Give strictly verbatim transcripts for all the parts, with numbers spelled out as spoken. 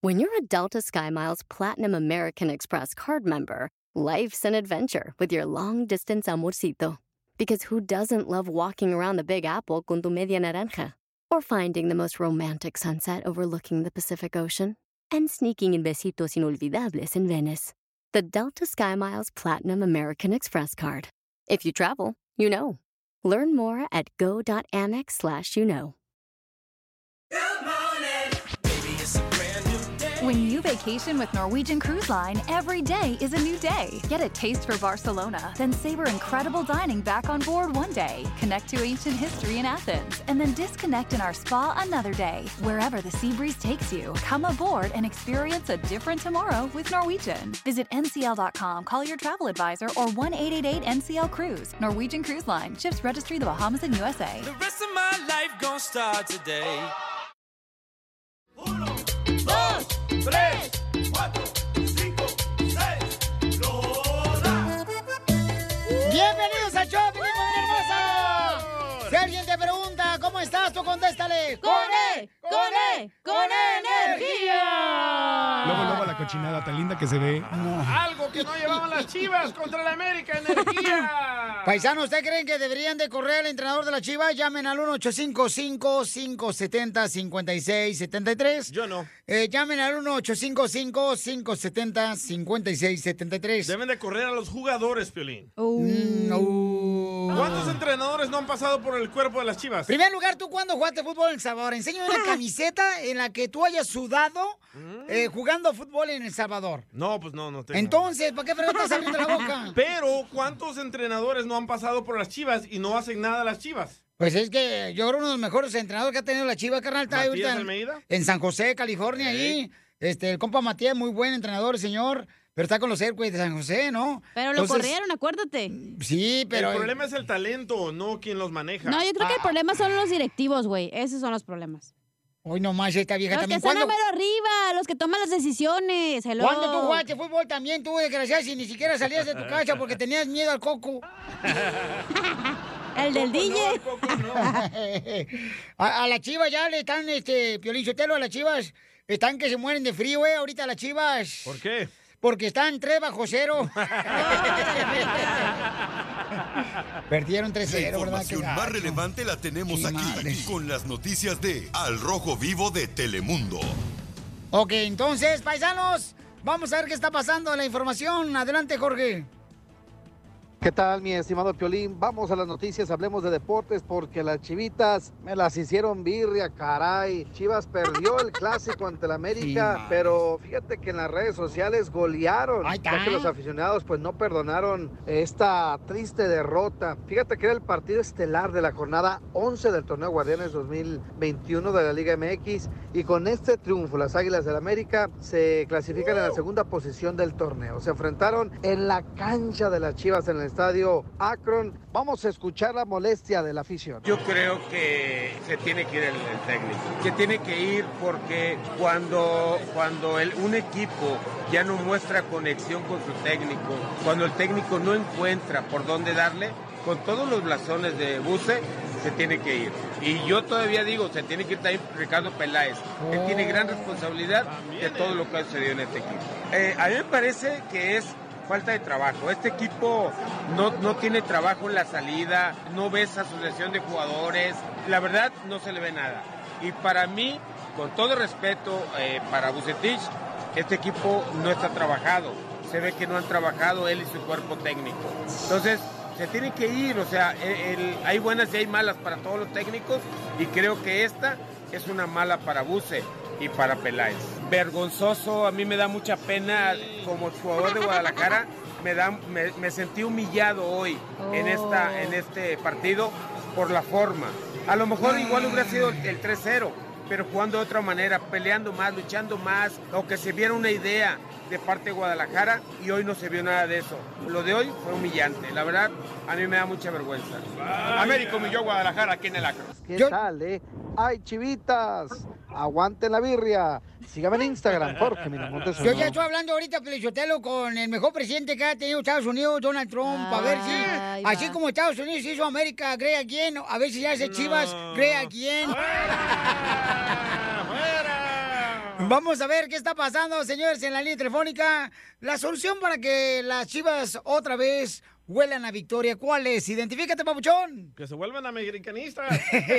When you're a Delta SkyMiles Platinum American Express card member, life's an adventure with your long-distance amorcito. Because who doesn't love walking around the Big Apple con tu media naranja? Or finding the most romantic sunset overlooking the Pacific Ocean? And sneaking in besitos inolvidables in Venice. The Delta SkyMiles Platinum American Express card. If you travel, you know. Learn more at go.amex slash you know. When you vacation with Norwegian Cruise Line, every day is a new day. Get a taste for Barcelona, then savor incredible dining back on board one day. Connect to ancient history in Athens, and then disconnect in our spa another day. Wherever the sea breeze takes you, come aboard and experience a different tomorrow with Norwegian. Visit N C L dot com, call your travel advisor, or one eight eight eight N C L Cruise. Norwegian Cruise Line. Ships registry the Bahamas and U S A. The rest of my life gon' start today. Uno, dos, tres, cuatro, cinco, seis, Lola. Bienvenidos al show, mi hermosa. Si alguien te pregunta cómo estás, tú contéstale. ¡Con E! ¡Con E! ¡Con energía! Luego, luego la cochinada tan linda que se ve. Algo que no llevaban las Chivas contra la América, energía. Paisanos, ¿ustedes creen que deberían de correr al entrenador de las Chivas? Llamen al uno ocho cinco cinco, cinco siete cero, cinco seis siete tres. Yo no. Eh, llamen al uno ocho cinco cinco, cinco siete cero, cinco seis siete tres. Deben de correr a los jugadores, Piolín. Uh. No. ¿Cuántos entrenadores no han pasado por el cuerpo de las Chivas? En primer lugar, ¿tú cuándo jugaste fútbol en El Salvador? Enséñame una camiseta en la que tú hayas sudado eh, jugando fútbol en El Salvador. No, pues no, no tengo. Entonces, ¿para qué fregaste estás abriendo la boca? Pero, ¿cuántos entrenadores no han pasado por las Chivas y no hacen nada las Chivas? Pues es que yo creo uno de los mejores entrenadores que ha tenido la Chiva, carnal, está ahí ¿Matías ahorita Almeida? en, en San José, California, Sí. ahí. Este, el compa Matías, muy buen entrenador, señor, pero está con los Airways de San José, ¿no? Pero lo Entonces, corrieron, acuérdate. Sí, pero... El problema es el talento, no quien los maneja. No, yo creo que el problema son los directivos, güey. Esos son los problemas. Hoy nomás esta vieja Los también. que están a ¿Cuándo, mero arriba, los que toman las decisiones. Hello. ¿Cuándo tú jugaste fútbol también, tú, desgraciada, si ni siquiera salías de tu casa porque tenías miedo al coco? El del D J. No, Coco, no. a, a las Chivas ya le están, este, Piolín Sotelo, a las Chivas están que se mueren de frío, eh, ahorita las Chivas. ¿Por qué? Porque están tres bajo cero. Perdieron tres La cero, ¿verdad? información Qué más gacho. relevante la tenemos Qué aquí, madre. con las noticias de Al Rojo Vivo de Telemundo. Ok, entonces, paisanos, vamos a ver qué está pasando en la información. Adelante, Jorge. ¿Qué tal, mi estimado Piolín? Vamos a las noticias, hablemos de deportes porque las Chivitas me las hicieron birria, caray. Chivas perdió el clásico ante la América, Sí, pero fíjate que en las redes sociales golearon, Ahí está. ya que los aficionados pues no perdonaron esta triste derrota. Fíjate que era el partido estelar de la jornada once del torneo Guardianes dos mil veintiuno de la Liga M X y con este triunfo las Águilas del la América se clasifican en la segunda posición del torneo. Se enfrentaron en la cancha de las Chivas en el estadio Akron. Vamos a escuchar la molestia de la afición. Yo creo que se tiene que ir el, el técnico. Se tiene que ir porque cuando, cuando el, un equipo ya no muestra conexión con su técnico, cuando el técnico no encuentra por dónde darle, con todos los blasones de Buse, se tiene que ir. Y yo todavía digo, se tiene que ir también Ricardo Peláez. Él tiene gran responsabilidad de todo lo que ha sucedido en este equipo. Eh, a mí me parece que es falta de trabajo. Este equipo no, no tiene trabajo en la salida, no ves asociación de jugadores, la verdad no se le ve nada. Y para mí, con todo respeto eh, para Vucetich, este equipo no está trabajado. Se ve que no han trabajado él y su cuerpo técnico. Entonces, se tiene que ir, o sea, el, el, hay buenas y hay malas para todos los técnicos y creo que esta es una mala para Buce y para Peláez. Vergonzoso, a mí me da mucha pena como jugador de Guadalajara, me, da, me, me sentí humillado hoy oh. en, esta, en este partido por la forma. A lo mejor igual hubiera sido el tres cero, pero jugando de otra manera, peleando más, luchando más, o que se viera una idea de parte de Guadalajara y hoy no se vio nada de eso. Lo de hoy fue humillante, la verdad, a mí me da mucha vergüenza. Vaya. América humilló a Guadalajara aquí en el Acro. ¿Qué Yo... tal, eh? ¡Ay, Chivitas! ¡Aguanten la birria! Sígame en Instagram, Jorge Miramontes. Yo ya estoy hablando ahorita, Pelichotelo, con el mejor presidente que ha tenido Estados Unidos, Donald Trump, a ver si, ay, así va. Como Estados Unidos hizo América, Greg Again, a ver si ya hace no. Chivas, Greg Again. ¡Fuera! ¡Fuera! Vamos a ver qué está pasando, señores, en la línea telefónica. La solución para que las Chivas otra vez huelan a victoria, ¿cuál es? Identifícate, papuchón. Que se vuelvan americanistas.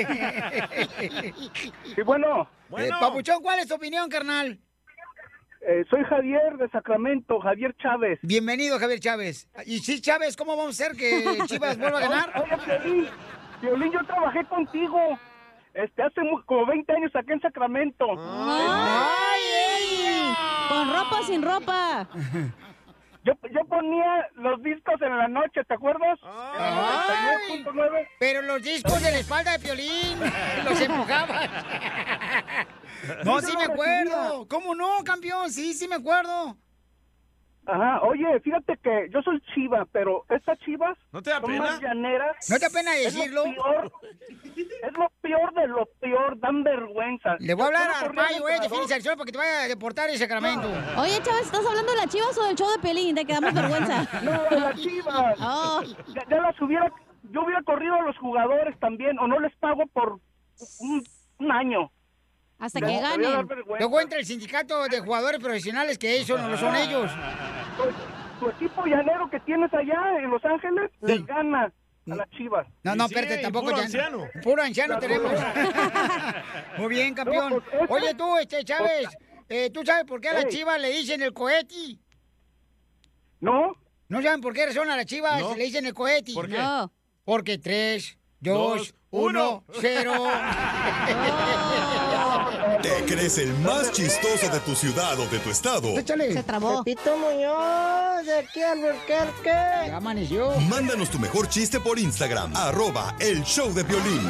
Sí, bueno. Eh, papuchón, ¿cuál es tu opinión, carnal? Eh, soy Javier de Sacramento, Javier Chávez. Bienvenido, Javier Chávez. Y sí, Chávez, ¿cómo vamos a hacer que Chivas vuelva a ganar? Oye, Piolín, Piolín, yo trabajé contigo este, hace mu- como veinte años acá en Sacramento. ¡Ay, ey! Con ropa o sin ropa. Yo, yo ponía los discos en la noche, ¿te acuerdas? Ay, pero los discos de la espalda de Piolín los empujabas. No, sí me acuerdo. ¿Cómo no, campeón? Sí, sí me acuerdo. Ajá, oye, fíjate que yo soy chiva, pero estas chivas ¿No te da son pena? más llaneras. ¿No te da pena Es lo decirlo? peor, es lo peor de lo peor, dan vergüenza. Le voy a hablar a Solo por Arpaio, un eh, de entrenador. Phoenix Arizona, para que te vaya a deportar en Sacramento. Oye, Chávez, ¿estás hablando de las Chivas o del show de Pelín? Te quedamos vergüenza. No, de las chivas. Oh. Ya, ya las hubiera, yo hubiera corrido a los jugadores también, o no les pago por un, un año. Hasta No, que te voy a dar ganen. vergüenza. Luego entra el sindicato de jugadores profesionales, que eso no lo son ellos. Tu equipo llanero que tienes allá en Los Ángeles, les gana a las chivas. No, no, Sí, espérate, y tampoco puro ya- anciano. Puro anciano tenemos. Muy bien, campeón. No, pues, ese- Oye, tú, este, Chávez, eh, ¿tú sabes por qué a las Ey. Chivas le dicen el cohete? ¿No? ¿No saben por qué razón a las Chivas No. le dicen el cohete? ¿Por qué? No. Porque tres, dos, Dos, uno, uno. cero. ¿Te crees el más chistoso de tu ciudad o de tu estado? Échale. Se trabó. Pepito Muñoz, de aquí al Burquerque. Ya amaneció. Mándanos tu mejor chiste por Instagram, arroba el show de Piolín.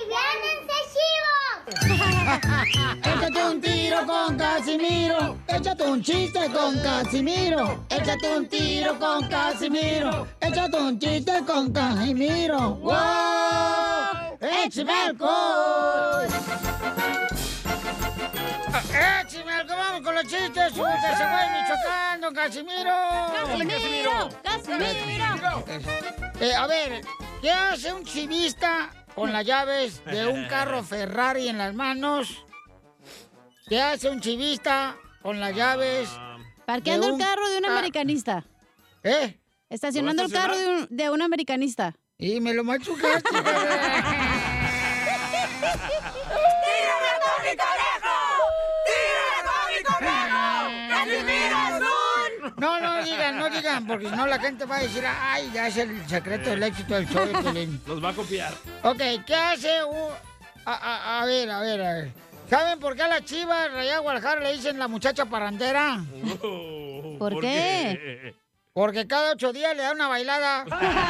Échate un tiro con Casimiro. Échate un chiste con Casimiro. Échate un tiro con Casimiro. Échate un chiste con Casimiro. ¡Wow! ¡Échame alcohol! ¡Échame alcohol! ¡Vamos con los chistes! ¡Suelta ese güey, Michoacán, don Casimiro! ¡Casimiro! ¡Casimiro! Eh, a ver, ¿qué hace un chivista con las llaves de un carro Ferrari en las manos? ¿Qué hace un chivista con las llaves? Parqueando de el un carro de un ca- americanista. ¿Eh? Estacionando el carro de un, de un americanista. Y me lo machucaste. No, no digan, no digan, porque si no la gente va a decir, ay, ya es el secreto del éxito del show de Piolín. Los va a copiar. Ok, ¿qué hace un... A, a- a ver, a ver, a ver. ¿Saben por qué a la Chivas Rayada Guadalajara le dicen la muchacha parrandera? ¿Por qué? Porque cada ocho días le da una bailada.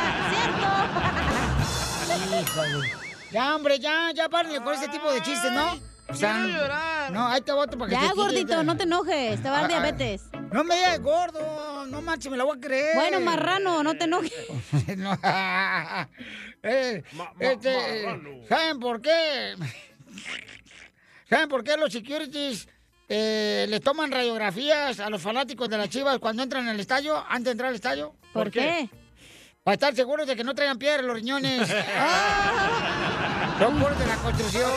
Híjole. Ya, hombre, ya, ya párenle con ese tipo de chistes, ¿no? O sea, Quiero llorar. no, ahí te voto para que Ya, te quites. gordito, no te enojes. Te va a dar Ah, ah. diabetes. No me digas gordo, no manches, me la voy a creer. Bueno, marrano, no te enojes. No. Eh, Ma- ma- este, marrano. ¿saben por qué? ¿Saben por qué los securities eh, le toman radiografías a los fanáticos de las Chivas cuando entran al estadio, antes de entrar al estadio? ¿Por, ¿Por qué? Para estar seguros de que no traigan piedra en los riñones. Son puros de la construcción.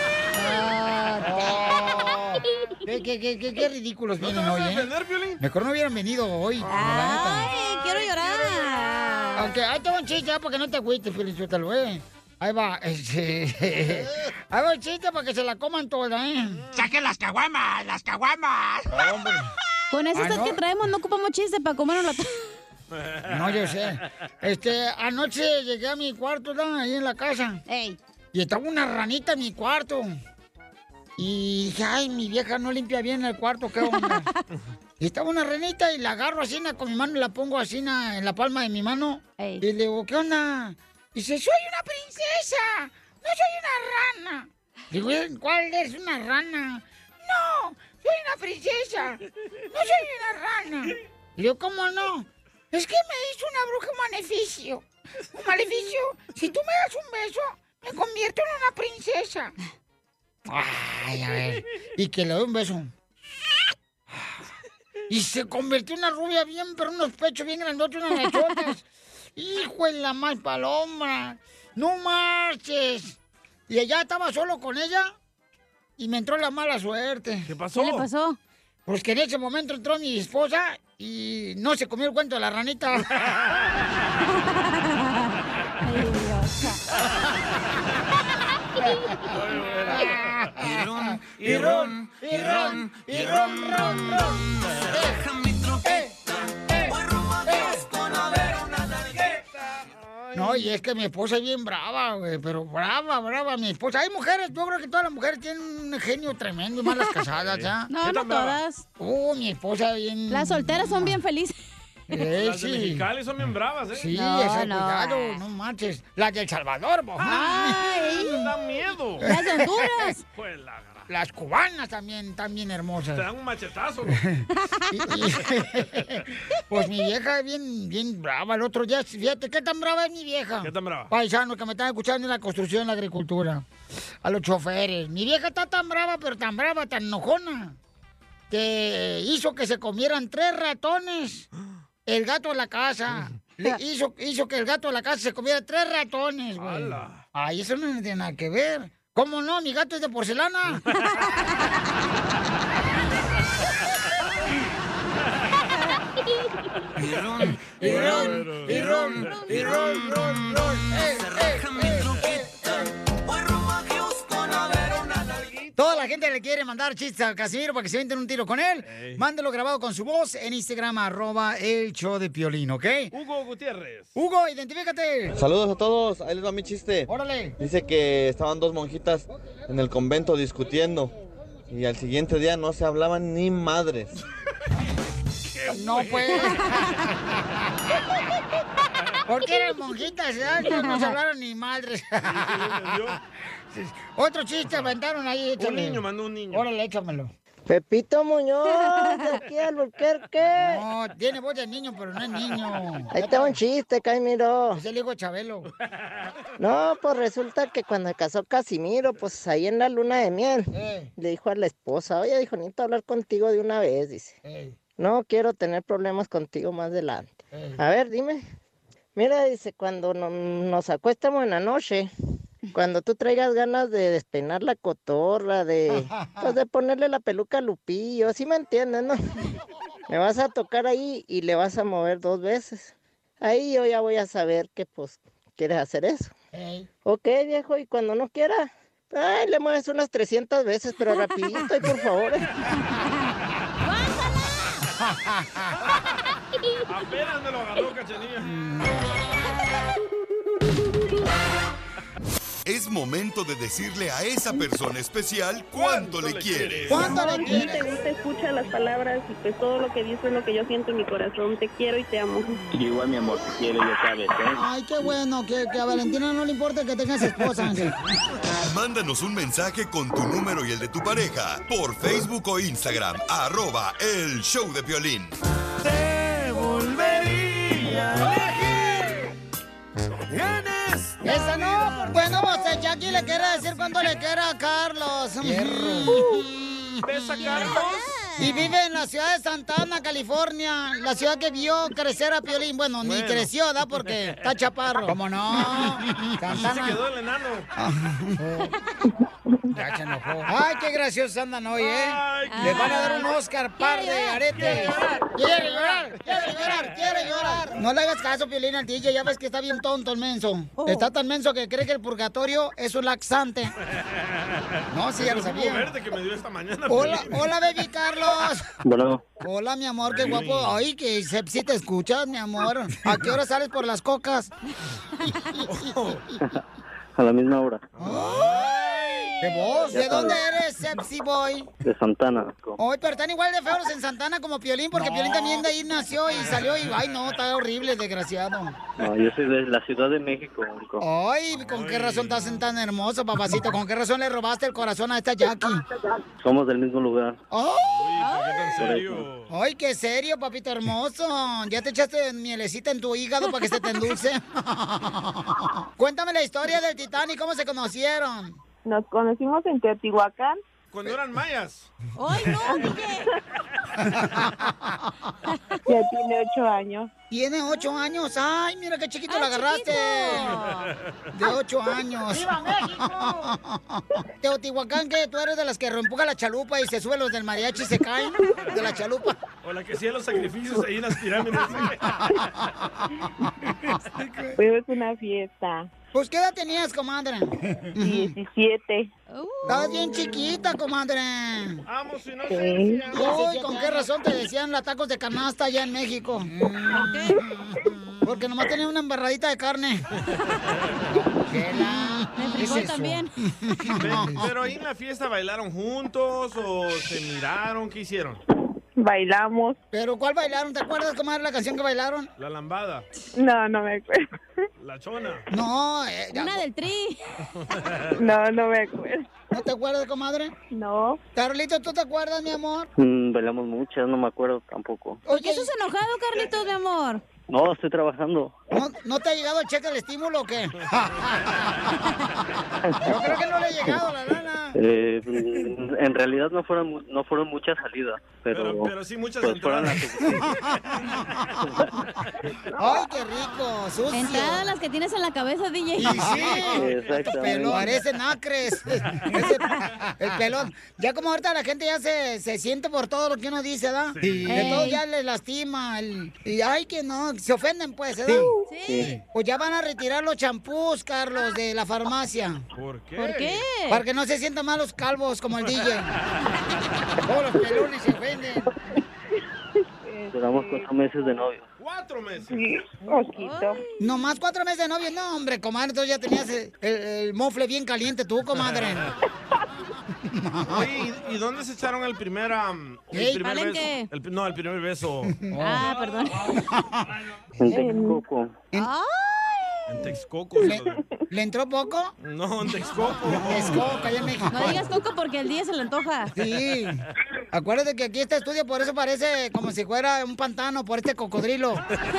Oh, ¿Qué, qué, qué, qué, qué ridículos ¿No te vienen vas a hoy, eh? defender, Piolín? Mejor no hubieran venido hoy. la neta. Ay, quiero llorar. Aunque ahí tengo un chiste, ya, para que no te agüites, Felicitalo, eh. Ahí va, este... Ahí va el chiste para que se la coman toda, ¿eh? ¡Saquen las caguamas! ¡Las caguamas! Hombre. Con esas Ah, tres ¿no? que traemos no ocupamos chiste para comernos la... No, yo sé. Este, anoche llegué a mi cuarto, ¿no? Ahí en la casa. Ey. Y estaba una ranita en mi cuarto. Y dije, ay, mi vieja no limpia bien el cuarto, ¿qué onda? Y estaba una ranita y la agarro así na, con mi mano y la pongo así na, en la palma de mi mano. Ey. Y le digo, ¿qué onda? Y dice, soy una princesa, no soy una rana. Digo, ¿cuál es una rana? No, soy una princesa, no soy una rana. Le digo, ¿cómo no? Es que me hizo una bruja un maleficio. Un maleficio. Si tú me das un beso, me convierto en una princesa. Ay, a ver. Y que le doy un beso. Y se convirtió en una rubia bien, pero unos pechos bien grandotes, unas mechotas. Hijo de la más paloma. No marches. Y ella estaba solo con ella. y me entró la mala suerte. ¿Qué pasó? ¿Qué le pasó? Pues que en ese momento entró mi esposa y no se comió el cuento de la ranita. Ay, Y ron, y ron, y ron, y ron, ron, ron. Se raja mi troqueta. Voy rumbo a Houston a ver una nalgueta. No, y es que mi esposa es bien brava, güey, pero brava, brava mi esposa. Hay mujeres, yo creo que todas las mujeres tienen un genio tremendo, y más las casadas, ¿ya? No, no todas. Uh, mi esposa bien... Las solteras son bien felices. Eh, Las de sí. Mexicali son bien bravas, ¿eh? Sí, No, esa, no. cuidado, no manches. Las de El Salvador, bo. ¡Ay! Les da miedo. Las de Honduras. Pues la gran- Las cubanas también, también hermosas. Te dan un machetazo, ¿no? Y- y- pues mi vieja es bien, bien brava. El otro día, fíjate, ¿qué tan brava es mi vieja? ¿Qué tan brava? Paisanos que me están escuchando en la construcción, en la agricultura. A los choferes. Mi vieja está tan brava, pero tan brava, tan enojona, que hizo que se comieran tres ratones el gato de la casa. Le hizo, hizo que el gato de la casa se comiera tres ratones, güey. ¡Hala! Ay, eso no tiene nada que ver. ¿Cómo no? Mi gato es de porcelana. Y ron, Y ron, y ron, y ron, ron, ron. Eh, se eh, raja mi eh, troqueta. Voy rumbo a Houston a ver una nalguita. Toda la gente le quiere mandar chistes a Casimiro para que se venten un tiro con él. Ey. Mándelo grabado con su voz en Instagram, arroba el show de Piolín, ¿ok? Hugo Gutiérrez. Hugo, identifícate. Saludos a todos, ahí les va mi chiste. Órale. Dice que estaban dos monjitas en el convento discutiendo y al siguiente día no se hablaban ni madres. No, pues. Porque eran monjitas, ¿verdad? No, no se hablaron ni madres. Otro chiste aventaron ahí, échale. Un niño, mandó un niño. Órale, échamelo. Pepito Muñoz, de aquí al Albuquerque. No, tiene voz de niño, pero no es niño. Ahí está un chiste, Casimiro. Es el hijo de Chabelo. No, pues resulta que cuando se casó Casimiro, pues ahí en la luna de miel, Eh, le dijo a la esposa, oye, dijo, necesito hablar contigo de una vez, dice. eh, No quiero tener problemas contigo más adelante. eh. A ver, dime. Mira, dice, cuando no- nos acuestamos en la noche, cuando tú traigas ganas de despeinar la cotorra, de, pues, de ponerle la peluca a Lupillo, ¿sí me entiendes, no? Me vas a tocar ahí y le vas a mover dos veces. Ahí yo ya voy a saber que, pues, quieres hacer eso. Ey. Ok, viejo, y cuando no quiera, ay, le mueves unas trescientas veces, pero rapidito y por favor. ¿eh? Apenas me lo agarró, Cachanilla. Es momento de decirle a esa persona especial cuánto le quieres. ¿Cuánto le Si quieres? te gusta, escucha las palabras y pues todo lo que dices es lo que yo siento en mi corazón. Te quiero y te amo. Yo igual, mi amor, te quiero, ya sabes, ¿eh? Ay, qué bueno, que, que a Valentina no le importa que tengas esposa, Ángel. Mándanos un mensaje con tu número y el de tu pareja por Facebook o Instagram, arroba el show de Piolín. Te volvería a elegir. Ganas. Esa no. Bueno, pues Jackie le quiere decir cuánto le quiere a Carlos. ¿Ves a Carlos? Y vive en la ciudad de Santa Ana, California. La ciudad que vio crecer a Piolín. Bueno, ni Bueno. creció, ¿da? Porque está chaparro. ¿Cómo no? Así Santa se Ana. quedó el enano. Ya se enojó. Ay, qué graciosos andan hoy, ¿eh? Ay, Le van a dar un Oscar par de aretes. Quiere llorar, quiere llorar, quiere llorar. No le hagas caso, Piolín, al D J. Ya ves que está bien tonto el menso. Está tan menso que cree que el purgatorio es un laxante. No, sí, ya lo Es el jugo sabía. verde que me dio esta mañana. Hola, Piolín. hola, baby Carlos. Bueno, Hola, mi amor, qué guapo. Ay, que si te escuchas, mi amor. ¿A qué hora sales por las cocas? a la misma hora, ¿Qué voz? Ya ¿De dónde sabes. eres, Sepsi Boy? de Santana. Hoy, pero están igual de feos en Santana como Piolín, porque Piolín también de ahí nació y salió y, ay, no, está horrible, desgraciado. No, yo soy de la Ciudad de México. Rico. Ay, ¿con qué razón estás tan hermoso, papacito? ¿Con qué razón le robaste el corazón a esta Jackie? Somos del mismo lugar. ¡Oh! ¿Por qué tan serio? Ay, qué serio, papito hermoso. ¿Ya te echaste mielecita en tu hígado para que se te endulce? Cuéntame la historia del Titanic, ¿cómo se conocieron? Nos conocimos en Teotihuacán. Cuando eran mayas. ¡Ay, no, D J! Ya tiene ocho años. Tiene ocho años. Ay, mira qué chiquito la agarraste. De ocho años. ¡Viva México! Teotihuacán, ¿qué? ¿Tú eres de las que reempuja la chalupa y se suben los del mariachi y se caen de la chalupa? O la que hacía los sacrificios ahí en las pirámides. Fuimos a una fiesta. Pues, ¿qué edad tenías, comadre? diecisiete. Estabas bien chiquita, comadre. Vamos, si no Sí. Uy, ¿con qué razón te decían los tacos de canasta allá en México? ¿Por qué? Porque nomás tenía una embarradita de carne. De frijol también. Pe- Pero ahí en la fiesta bailaron juntos o se miraron, ¿qué hicieron? Bailamos. ¿Pero cuál bailaron? ¿Te acuerdas cómo era la canción que bailaron? La lambada, No, no me acuerdo. la chona. No, eh, ya- Una del tri. No, no me acuerdo. ¿No te acuerdas, comadre? No. Carlito, ¿tú te acuerdas, mi amor? Mm, bailamos muchas, no me acuerdo tampoco. ¿Por qué estás enojado, Carlitos, mi amor? No, estoy trabajando. ¿No, ¿No te ha llegado el cheque del estímulo o qué? Yo creo que no le ha llegado la lana. Eh, mm, en realidad no fueron mu- no fueron muchas salidas, pero Pero, pero sí muchas pues fueron entradas. ¡Ay, qué rico! ¡Sucio! Entradas las que tienes en la cabeza, D J. Y sí, Exactamente. pelón, parecen acres. Ese- el pelón. Ya como ahorita la gente ya se, se siente por todo lo que uno dice, ¿verdad? Sí. De todo Ey. ya les lastima. El, y ay, que no, se ofenden pues, ¿verdad? Sí. Pues ya van a retirar los champús, Carlos, de la farmacia. ¿Por qué? ¿Por qué? Para que no se sientan mal los calvos como el D J. Todos los pelones se ofenden. Duramos cuatro meses de novio. Cuatro meses. Sí, poquito. Nomás cuatro meses de novio. No, hombre, comadre, entonces ya tenías el, el- el mofle bien caliente tú, comadre. Oye, ¿y, y dónde se echaron el primer, am, el Ey, primer beso? Palenque. El, pri- no, el primer beso. Ah, perdón. En Texcoco. En Texcoco. ¿Le, se lo- ¿Le entró poco? No, en Texcoco. Texcoco, allá en México. No digas Coco porque el día se le antoja. Sí. Acuérdate que aquí este estudio por eso parece como si fuera un pantano por este cocodrilo.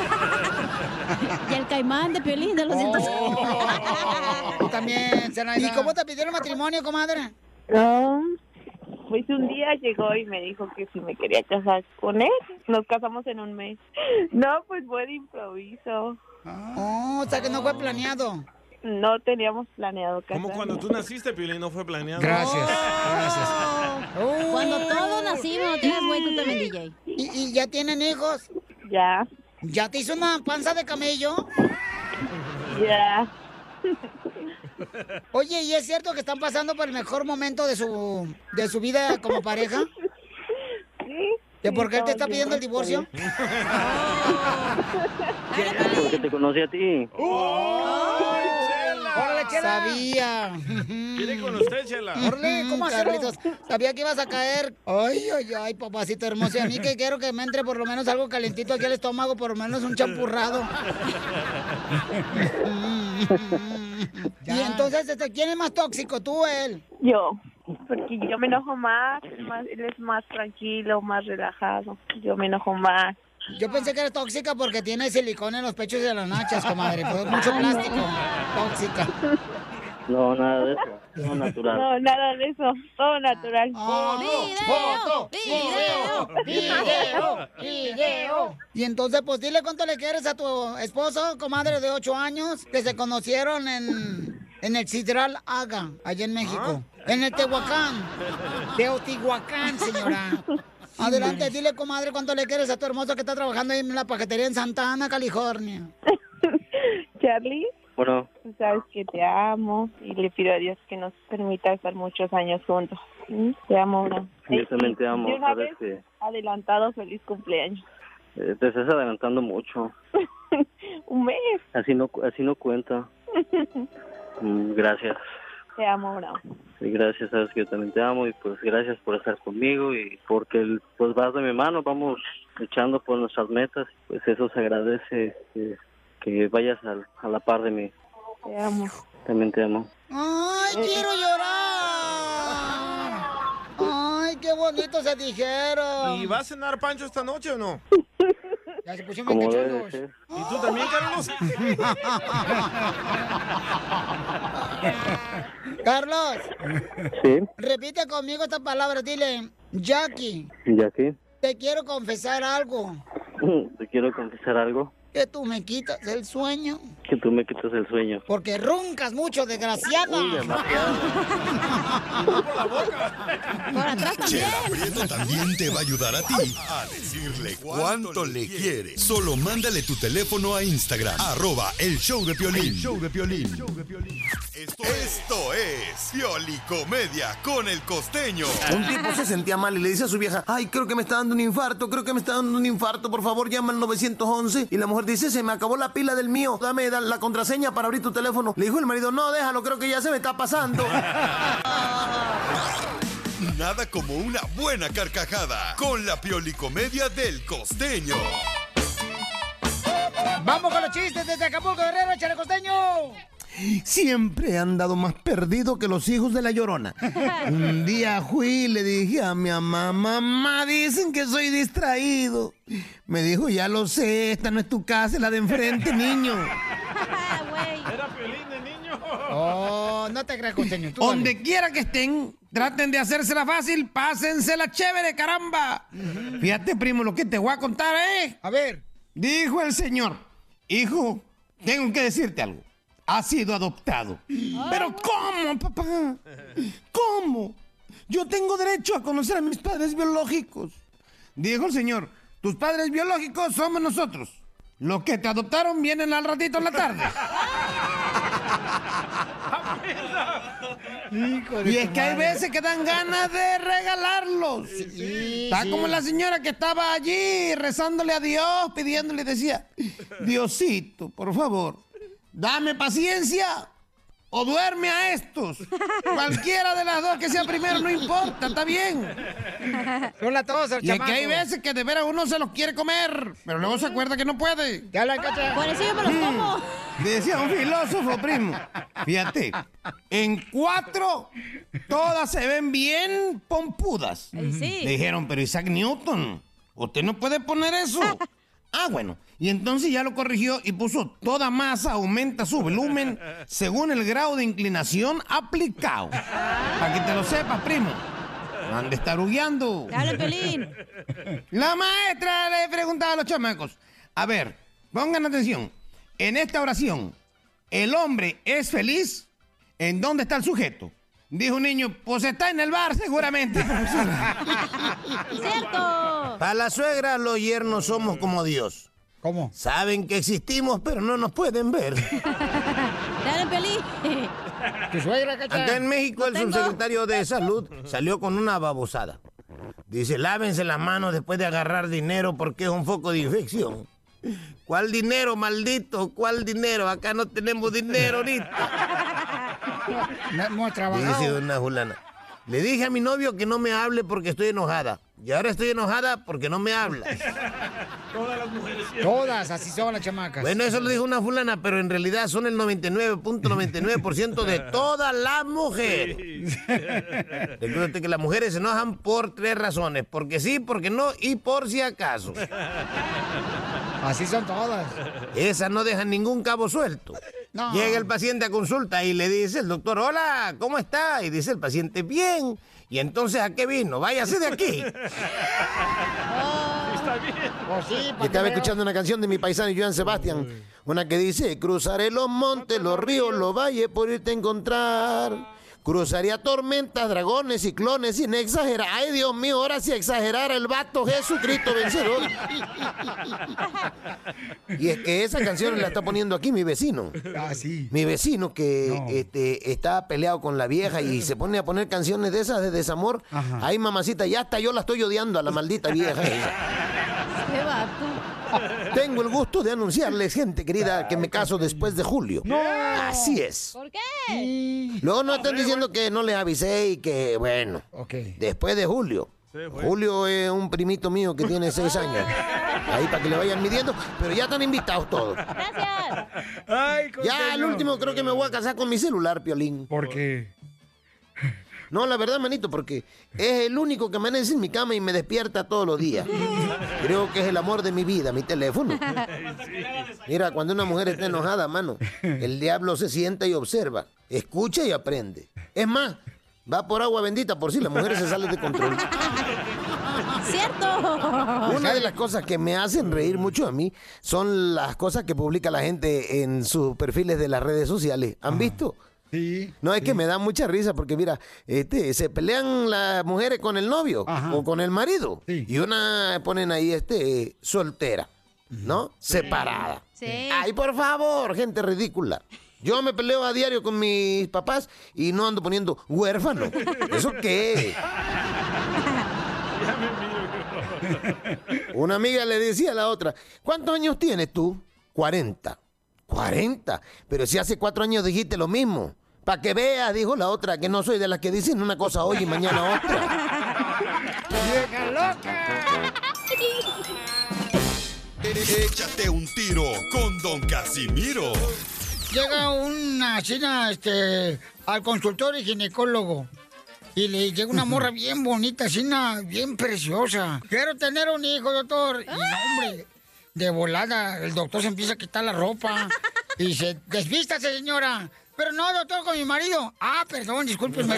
Y el caimán de Piolín de los cientos. Tú también, Zenaida. ¿Y cómo te pidieron matrimonio, comadre? No. Pues un día llegó y me dijo que si me quería casar con él. Nos casamos en un mes. No, pues fue de improviso. Oh, o sea que no fue planeado. No teníamos planeado casar. Como cuando tú naciste, Piolín, no fue planeado. Gracias, gracias. Cuando todos nacimos, no tengas güey, tú también, D J. ¿Y, y ya tienen hijos? Ya. ¿Ya te hizo una panza de camello? Ya. Oye, ¿y es cierto que están pasando por el mejor momento de su de su vida como pareja? Sí. ¿Que por qué él te está estamos pidiendo el bien, divorcio? Porque te conocí a ti. ¡Órale, Chela! Sabía. Quiere con usted, Chela. Órale, ¿cómo Carlitos? Sabía que ibas a caer. Ay, ay, ay, papacito hermoso. Y a mí que quiero que me entre por lo menos algo calentito aquí al estómago, por lo menos un champurrado. Y entonces, este, ¿quién es más tóxico, tú o él? Yo. Porque yo me enojo más, él más- él es más tranquilo, más relajado. Yo me enojo más. Yo pensé que era tóxica porque tiene silicona en los pechos y en las nachas, comadre. Pues mucho plástico. Tóxica. No, nada de eso. Todo natural. No, nada de eso. Todo natural. ¡Foto! ¡Video! ¡Video! ¡Video! Y entonces, pues dile cuánto le quieres a tu esposo, comadre de ocho años, que se conocieron en, en el Sidral Aga, allá en México. En el Tehuacán. Teotihuacán, señora. Adelante, dile, comadre, cuánto le quieres a tu hermoso que está trabajando ahí en la paquetería en Santa Ana, California. Charlie, Bueno, tú sabes que te amo y le pido a Dios que nos permita estar muchos años juntos. ¿Mm? Te amo, ¿no? yo también te amo. De una Sabes vez, que adelantado, feliz cumpleaños. eh, te estás adelantando mucho. Un mes. Así no, así no cuenta. Mm, Gracias. Te amo, Bravo. Y gracias, sabes que yo también te amo y pues gracias por estar conmigo y porque pues vas de mi mano, vamos luchando por nuestras metas, pues eso se agradece que, que vayas al- a, la par de mí. Te amo. También te amo. ¡Ay, quiero llorar! ¡Ay, qué bonito se dijeron! ¿Y va a cenar Pancho esta noche o no? Ya se pusieron Como bien debe de cachondos. ser. ¿Y tú también, Carlos? Carlos, Sí, repite conmigo esta palabra, dile, Jackie, y aquí. te quiero confesar algo. Te quiero confesar algo. Que tú me quitas el sueño. Que tú me quitas el sueño. Porque roncas mucho, desgraciada. Uy, demasiado. Por atrás también. Chela Prieto también te va a ayudar a ti a decirle cuánto le quiere. Solo mándale tu teléfono a Instagram, arroba el show de Piolín. El show de Piolín. Esto, esto es Piolicomedia con el Costeño. Un tipo se sentía mal y le dice a su vieja, ay, creo que me está dando un infarto, creo que me está dando un infarto, por favor llama al nueve once. Y la mujer dice, se me acabó la pila del mío, dame la contraseña para abrir tu teléfono. Le dijo el marido, no, déjalo, creo que ya se me está pasando. Nada como una buena carcajada con la Piolicomedia del Costeño. Vamos con los chistes desde Acapulco, Guerrero, échale, Costeño. Siempre he andado más perdido que los hijos de la Llorona. Un día fui y le dije a mi mamá, mamá, dicen que soy distraído. Me dijo, ya lo sé, esta no es tu casa, es la de enfrente, niño. Era Piolín de niño. Oh, no te creas, Costeño. Tú Donde dale. quiera que estén, traten de hacérsela fácil, pásensela chévere, caramba. Uh-huh. Fíjate, primo, lo que te voy a contar, ¿eh? A ver. Dijo el señor, hijo, tengo que decirte algo. Ha sido adoptado. Oh, ¿pero cómo, papá? ¿Cómo? Yo tengo derecho a conocer a mis padres biológicos. Dijo el señor, tus padres biológicos somos nosotros. Los que te adoptaron vienen al ratito en la tarde. Y es que hay veces que dan ganas de regalarlos. Sí, Está sí. como la señora que estaba allí rezándole a Dios, pidiéndole y decía, Diosito, por favor, dame paciencia o duerme a estos. Cualquiera de las dos que sea primero, no importa, está bien. Son las dos, el Y es chamaco. que hay veces que de veras uno se los quiere comer, pero luego se acuerda que no puede. Ya la cacha. Por eso yo me los como. Decía un filósofo, primo. Fíjate, en cuatro todas se ven bien pompudas. Sí. Le dijeron, pero Isaac Newton, usted no puede poner eso. Ah, bueno. Y entonces ya lo corrigió y puso toda masa aumenta su volumen según el grado de inclinación aplicado. Para que te lo sepas, primo. No andes tarugueando. Dale, Pelín. La maestra le preguntaba a los chamacos, a ver, pongan atención. En esta oración, ¿el hombre es feliz? ¿En dónde está el sujeto? Dijo un niño, pues está en el bar seguramente, profesora. ¡Cierto! Para la suegra, los yernos somos como Dios. ¿Cómo? Saben que existimos, pero no nos pueden ver. Dale, Pelín. ¿Tu suegra, cacha? Acá en México, el subsecretario de Salud salió con una babosada. Dice, lávense las manos después de agarrar dinero porque es un foco de infección. ¿Cuál dinero, maldito? ¿Cuál dinero? Acá no tenemos dinero ahorita. No hemos trabajado. Dice una fulana. Le dije a mi novio que no me hable porque estoy enojada. Y ahora estoy enojada porque no me habla. Todas las mujeres. Todas, así son las chamacas. Bueno, eso lo dijo una fulana, pero en realidad son el noventa y nueve punto noventa y nueve por ciento de todas las mujeres. Sí. Recuérdate que las mujeres se enojan por tres razones. Porque sí, porque no y por si acaso. Así son todas. Esas no dejan ningún cabo suelto. No. Llega el paciente a consulta y le dice el doctor, hola, ¿cómo está? Y dice el paciente, bien. Y entonces, ¿a qué vino? Váyase de aquí. Oh. Está bien. Pues sí, estaba escuchando una canción de mi paisano Joan Sebastián, una que dice, cruzaré los montes, los ríos, los valles por irte a encontrar. Cruzaría tormentas, dragones, ciclones, sin exagerar. Ay, Dios mío, ahora sí exagerara el vato Jesucristo vencedor. Y es que esa canción la está poniendo aquí mi vecino. Ah, sí. Mi vecino que no. este, está peleado con la vieja y se pone a poner canciones de esas de desamor. Ajá. Ay, mamacita, ya hasta yo la estoy odiando a la maldita vieja esa. ¡Qué vato! Tengo el gusto de anunciarles, gente querida, que me caso después de julio. ¡No! Así es. ¿Por qué? Luego no están diciendo que no les avisé y que, bueno, okay. Después de julio. Sí, Julio es un primito mío que tiene seis años. Ahí para que le vayan midiendo, pero ya están invitados todos. Gracias. Ay, ya, el último creo que me voy a casar con mi celular, Piolín. ¿Por qué? No, la verdad, manito, porque es el único que amanece en mi cama y me despierta todos los días. Creo que es el amor de mi vida, mi teléfono. Mira, cuando una mujer está enojada, mano, el diablo se sienta y observa, escucha y aprende. Es más, va por agua bendita por si la mujer se sale de control. ¡Cierto! Una de las cosas que me hacen reír mucho a mí son las cosas que publica la gente en sus perfiles de las redes sociales. ¿Han visto? Sí. No, es sí. que me da mucha risa porque, mira, este, se pelean las mujeres con el novio Ajá. o con el marido. Sí. Y una ponen ahí, este, soltera, ¿no? Separada. Sí. Ay, por favor, gente ridícula. Yo me peleo a diario con mis papás y no ando poniendo huérfano. ¿Eso qué? Una amiga le decía a la otra, ¿cuántos años tienes tú? cuarenta. cuarenta. Pero si hace cuatro años dijiste lo mismo. Para que veas, dijo la otra, que no soy de las que dicen una cosa hoy y mañana otra. ¡Vieja loca! Échate un tiro con Don Casimiro. Llega una china este, al consultorio ginecólogo y le llega una morra bien bonita, china, bien preciosa. Quiero tener un hijo, doctor. Y no, hombre, de volada, el doctor se empieza a quitar la ropa y dice, desvístase, señora. Pero no, doctor, con mi marido. Ah, perdón, discúlpeme.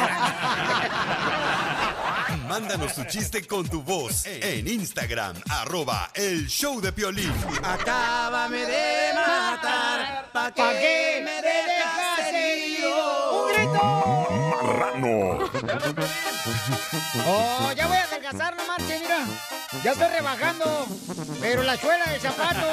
Mándanos tu chiste con tu voz en Instagram, arroba el show de Piolín. Acábame de matar, pa' que, ¿Pa qué me dejas herido. ¡Un grito! Marrano. Oh, ya voy a adelgazar, no marche, mira. Ya estoy rebajando, pero la suela del zapato.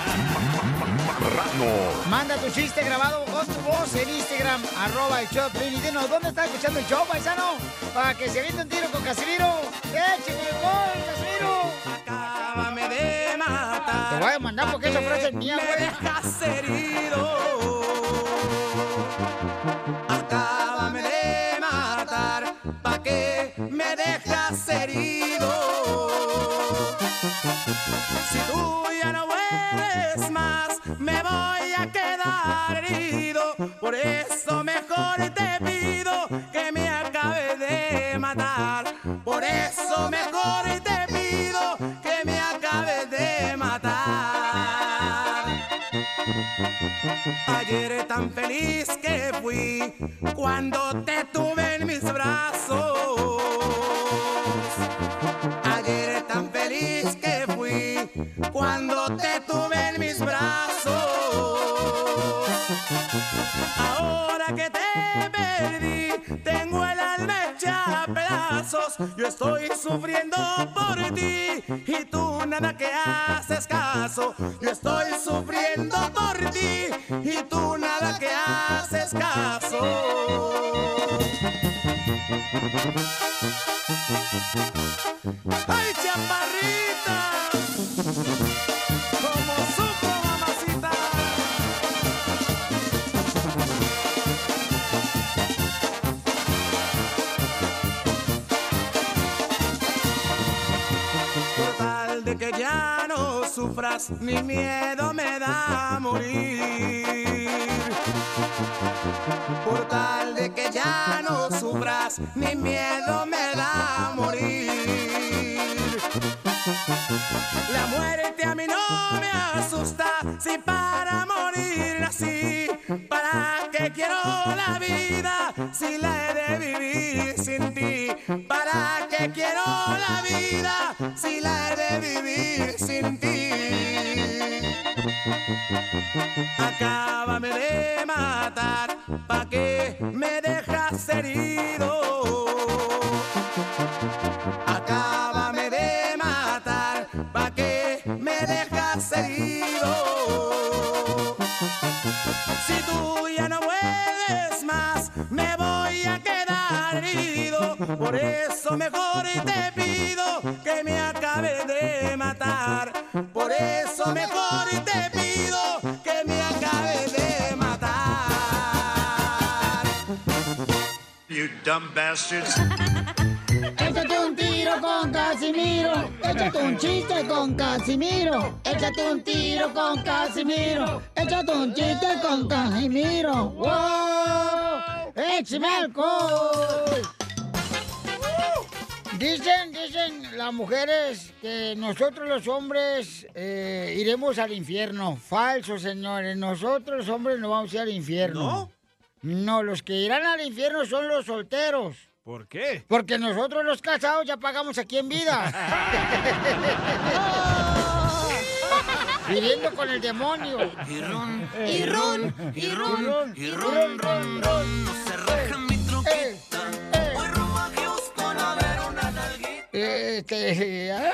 Marrano. Manda tu chiste grabado con tu voz en Instagram, arroba el show de Piolín. Y dinos, ¿dónde está escuchando el show, paisano? Para que se aviente un tiro con Casimiro. ¡Écheme el gol, Casimiro! Acábame de matar. Te voy a mandar porque esa frase es mía, me güey. dejas herido. Acábame de matar, pa' que me dejas herido. Si tú ya no vuelves más, me voy a quedar herido. Por eso mejor te pido que me acabes de matar. Por eso mejor te pido que me acabes de matar. Ayer tan feliz que fui cuando te tuve en mis brazos. Ayer tan feliz que fui cuando te tuve en mis brazos. Ahora que te perdí, tengo el alma hecha a pedazos. Yo estoy sufriendo por ti y tú nada que haces caso. Yo estoy sufriendo por ti y tú nada que haces caso. ¡Ay, chaparrita! ¡Como supo, mamacita! Por tal de que ya no sufras, mi miedo me da a morir. Por tal de que ya no sufras, mi miedo me da a morir. La muerte a mí no me asusta, si para morir nací. ¿Para qué quiero la vida si la he de vivir sin ti? ¿Para qué quiero la vida si la he de vivir sin ti? Acábame de matar, pa' que me dejas herido. Acábame de matar, pa' que me dejas herido. Si tú ya no vuelves más, me voy a quedar herido. Por eso mejor te pido que me acabes de matar. Por eso mejor te pido que me acabes de matar. You dumb bastards. Échate un tiro con Casimiro. Échate un chiste con Casimiro. Échate un tiro con Casimiro. Échate un chiste con Casimiro. ¡Wow! ¡Échame alcohol! Dicen, dicen las mujeres que nosotros los hombres eh, iremos al infierno. Falso, señores. Nosotros los hombres no vamos a ir al infierno. ¿No? No, los que irán al infierno son los solteros. ¿Por qué? Porque nosotros los casados ya pagamos aquí en vida. Viviendo con el demonio. Y ron, y ron, y ron, y ron, ron, ron. No se raja mi troquita. Voy rumbo a Houston a ver una nalguita. Este... ¡ay!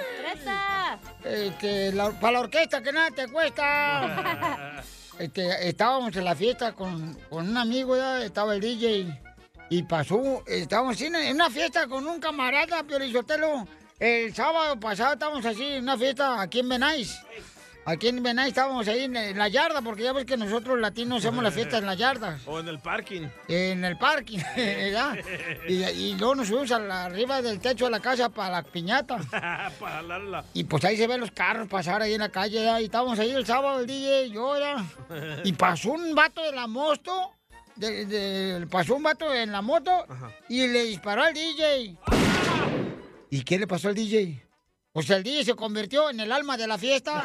Este, la- para la orquesta, que nada te cuesta. Este, estábamos en la fiesta con, con un amigo, ya, estaba el D J. Y pasó, estábamos así en una fiesta con un camarada, Piolizotelo. El sábado pasado estábamos así en una fiesta aquí en Benais. Aquí en Benais estábamos ahí en, en la yarda, porque ya ves que nosotros latinos hacemos la fiesta en la yarda. O en el parking. En el parking, ¿verdad? Y, y luego nos subimos a la- arriba del techo de la casa para la piñata. Para jalarla. Y pues ahí se ven los carros pasar ahí en la calle, ¿ya? Y estábamos ahí el sábado, el D J y yo, ¿ya? Y pasó un vato de la moto, de, de- pasó un vato en la moto y le disparó al D J. ¿Y qué le pasó al D J? Pues el D J se convirtió en el alma de la fiesta.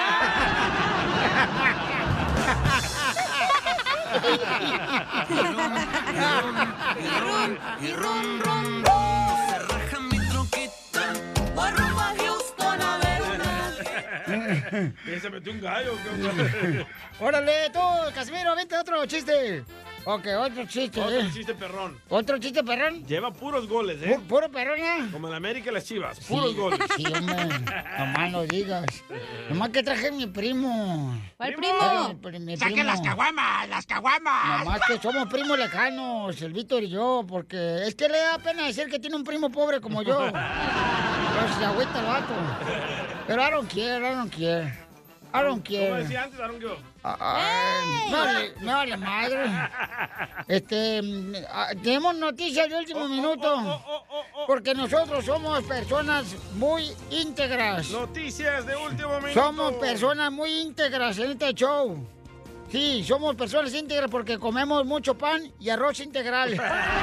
Y ron, y ron, ron, ron. No se raja mi troquita. Voy rumbo a Houston a ver una. ¿Y se metió un gallo? ¿Qué? Órale, tú, Casimiro, vente otro chiste. Ok, otro chiste, Otro ¿eh? chiste perrón. ¿Otro chiste, perrón? Lleva puros goles, ¿eh? Pu- ¿Puro perrón, eh? Como en América y las Chivas. Puros Sí, goles. Sí, hombre. Nomás no digas. Nomás que traje mi primo. ¿Cuál primo? Mi, pri- mi ¡Saquen primo. las caguamas, las caguamas! Nomás que somos primos lejanos, el Víctor y yo, porque es que le da pena decir que tiene un primo pobre como yo. Pero se agüita el vato. Pero I don't care, I don't care. I don't care. Como decía antes, I don't give. Ay, me vale, me vale madre. Este, mm, ah, tenemos noticias de último minuto. Porque nosotros somos personas muy íntegras. Noticias de último minuto. Somos personas muy íntegras en este show. Sí, somos personas íntegras porque comemos mucho pan y arroz integral.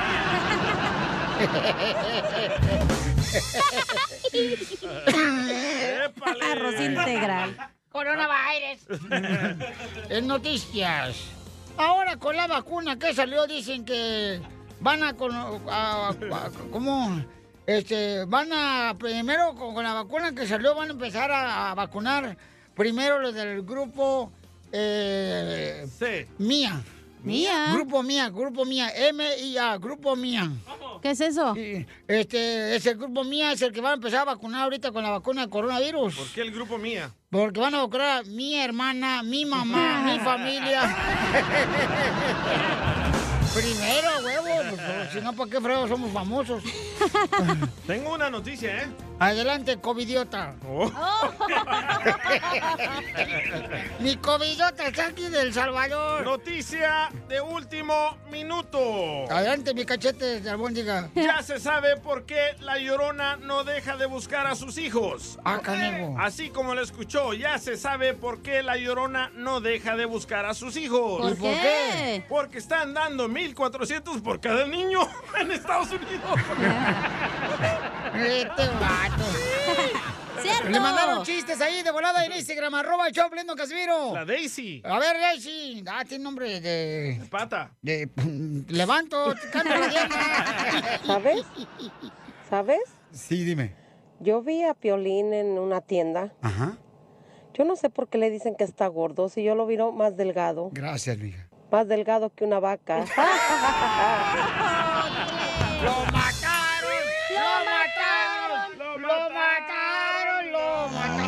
Arroz integral. Coronavirus. En noticias. Ahora con la vacuna que salió dicen que van a, con, a- a- a- ¿cómo? Este, van a primero con, con la vacuna que salió van a empezar a, a vacunar primero los del grupo eh, Mía. Mía. Grupo Mía, Grupo Mía, M I A, Grupo Mía. ¿Qué es eso? Este, ese Grupo Mía es el que va a empezar a vacunar ahorita con la vacuna de coronavirus. ¿Por qué el grupo mía? Porque van a vacunar a mi hermana, mi mamá, mi familia. Primero, huevo, pues, si no, ¿para qué fregos somos famosos? Tengo una noticia, ¿eh? Adelante, covidiota. Oh. Mi covidiota está aquí del Salvador. Noticia de último minuto. Adelante, mi cachete de albóndiga. Ya se sabe por qué la Llorona no deja de buscar a sus hijos. Ah, canego. Así como lo escuchó, ya se sabe por qué la Llorona no deja de buscar a sus hijos. ¿Por ¿Por qué? qué? Porque están dando mil cuatrocientos por cada niño en Estados Unidos. Este vato. ¡Cierto! Le mandaron chistes ahí de volada en Instagram, arroba el show Pleno Casimiro. La Daisy. A ver, Daisy. Ah, tiene nombre de... Pata. De... Levanto, canta la diana. ¿Sabes? ¿Sabes? Sí, dime. Yo vi a Piolín en una tienda. Ajá. Yo no sé por qué le dicen que está gordo, si yo lo vi más delgado. Gracias, mija. Más delgado que una vaca. ¡Lo mataron! ¡Lo mataron! ¡Lo mataron! ¡Lo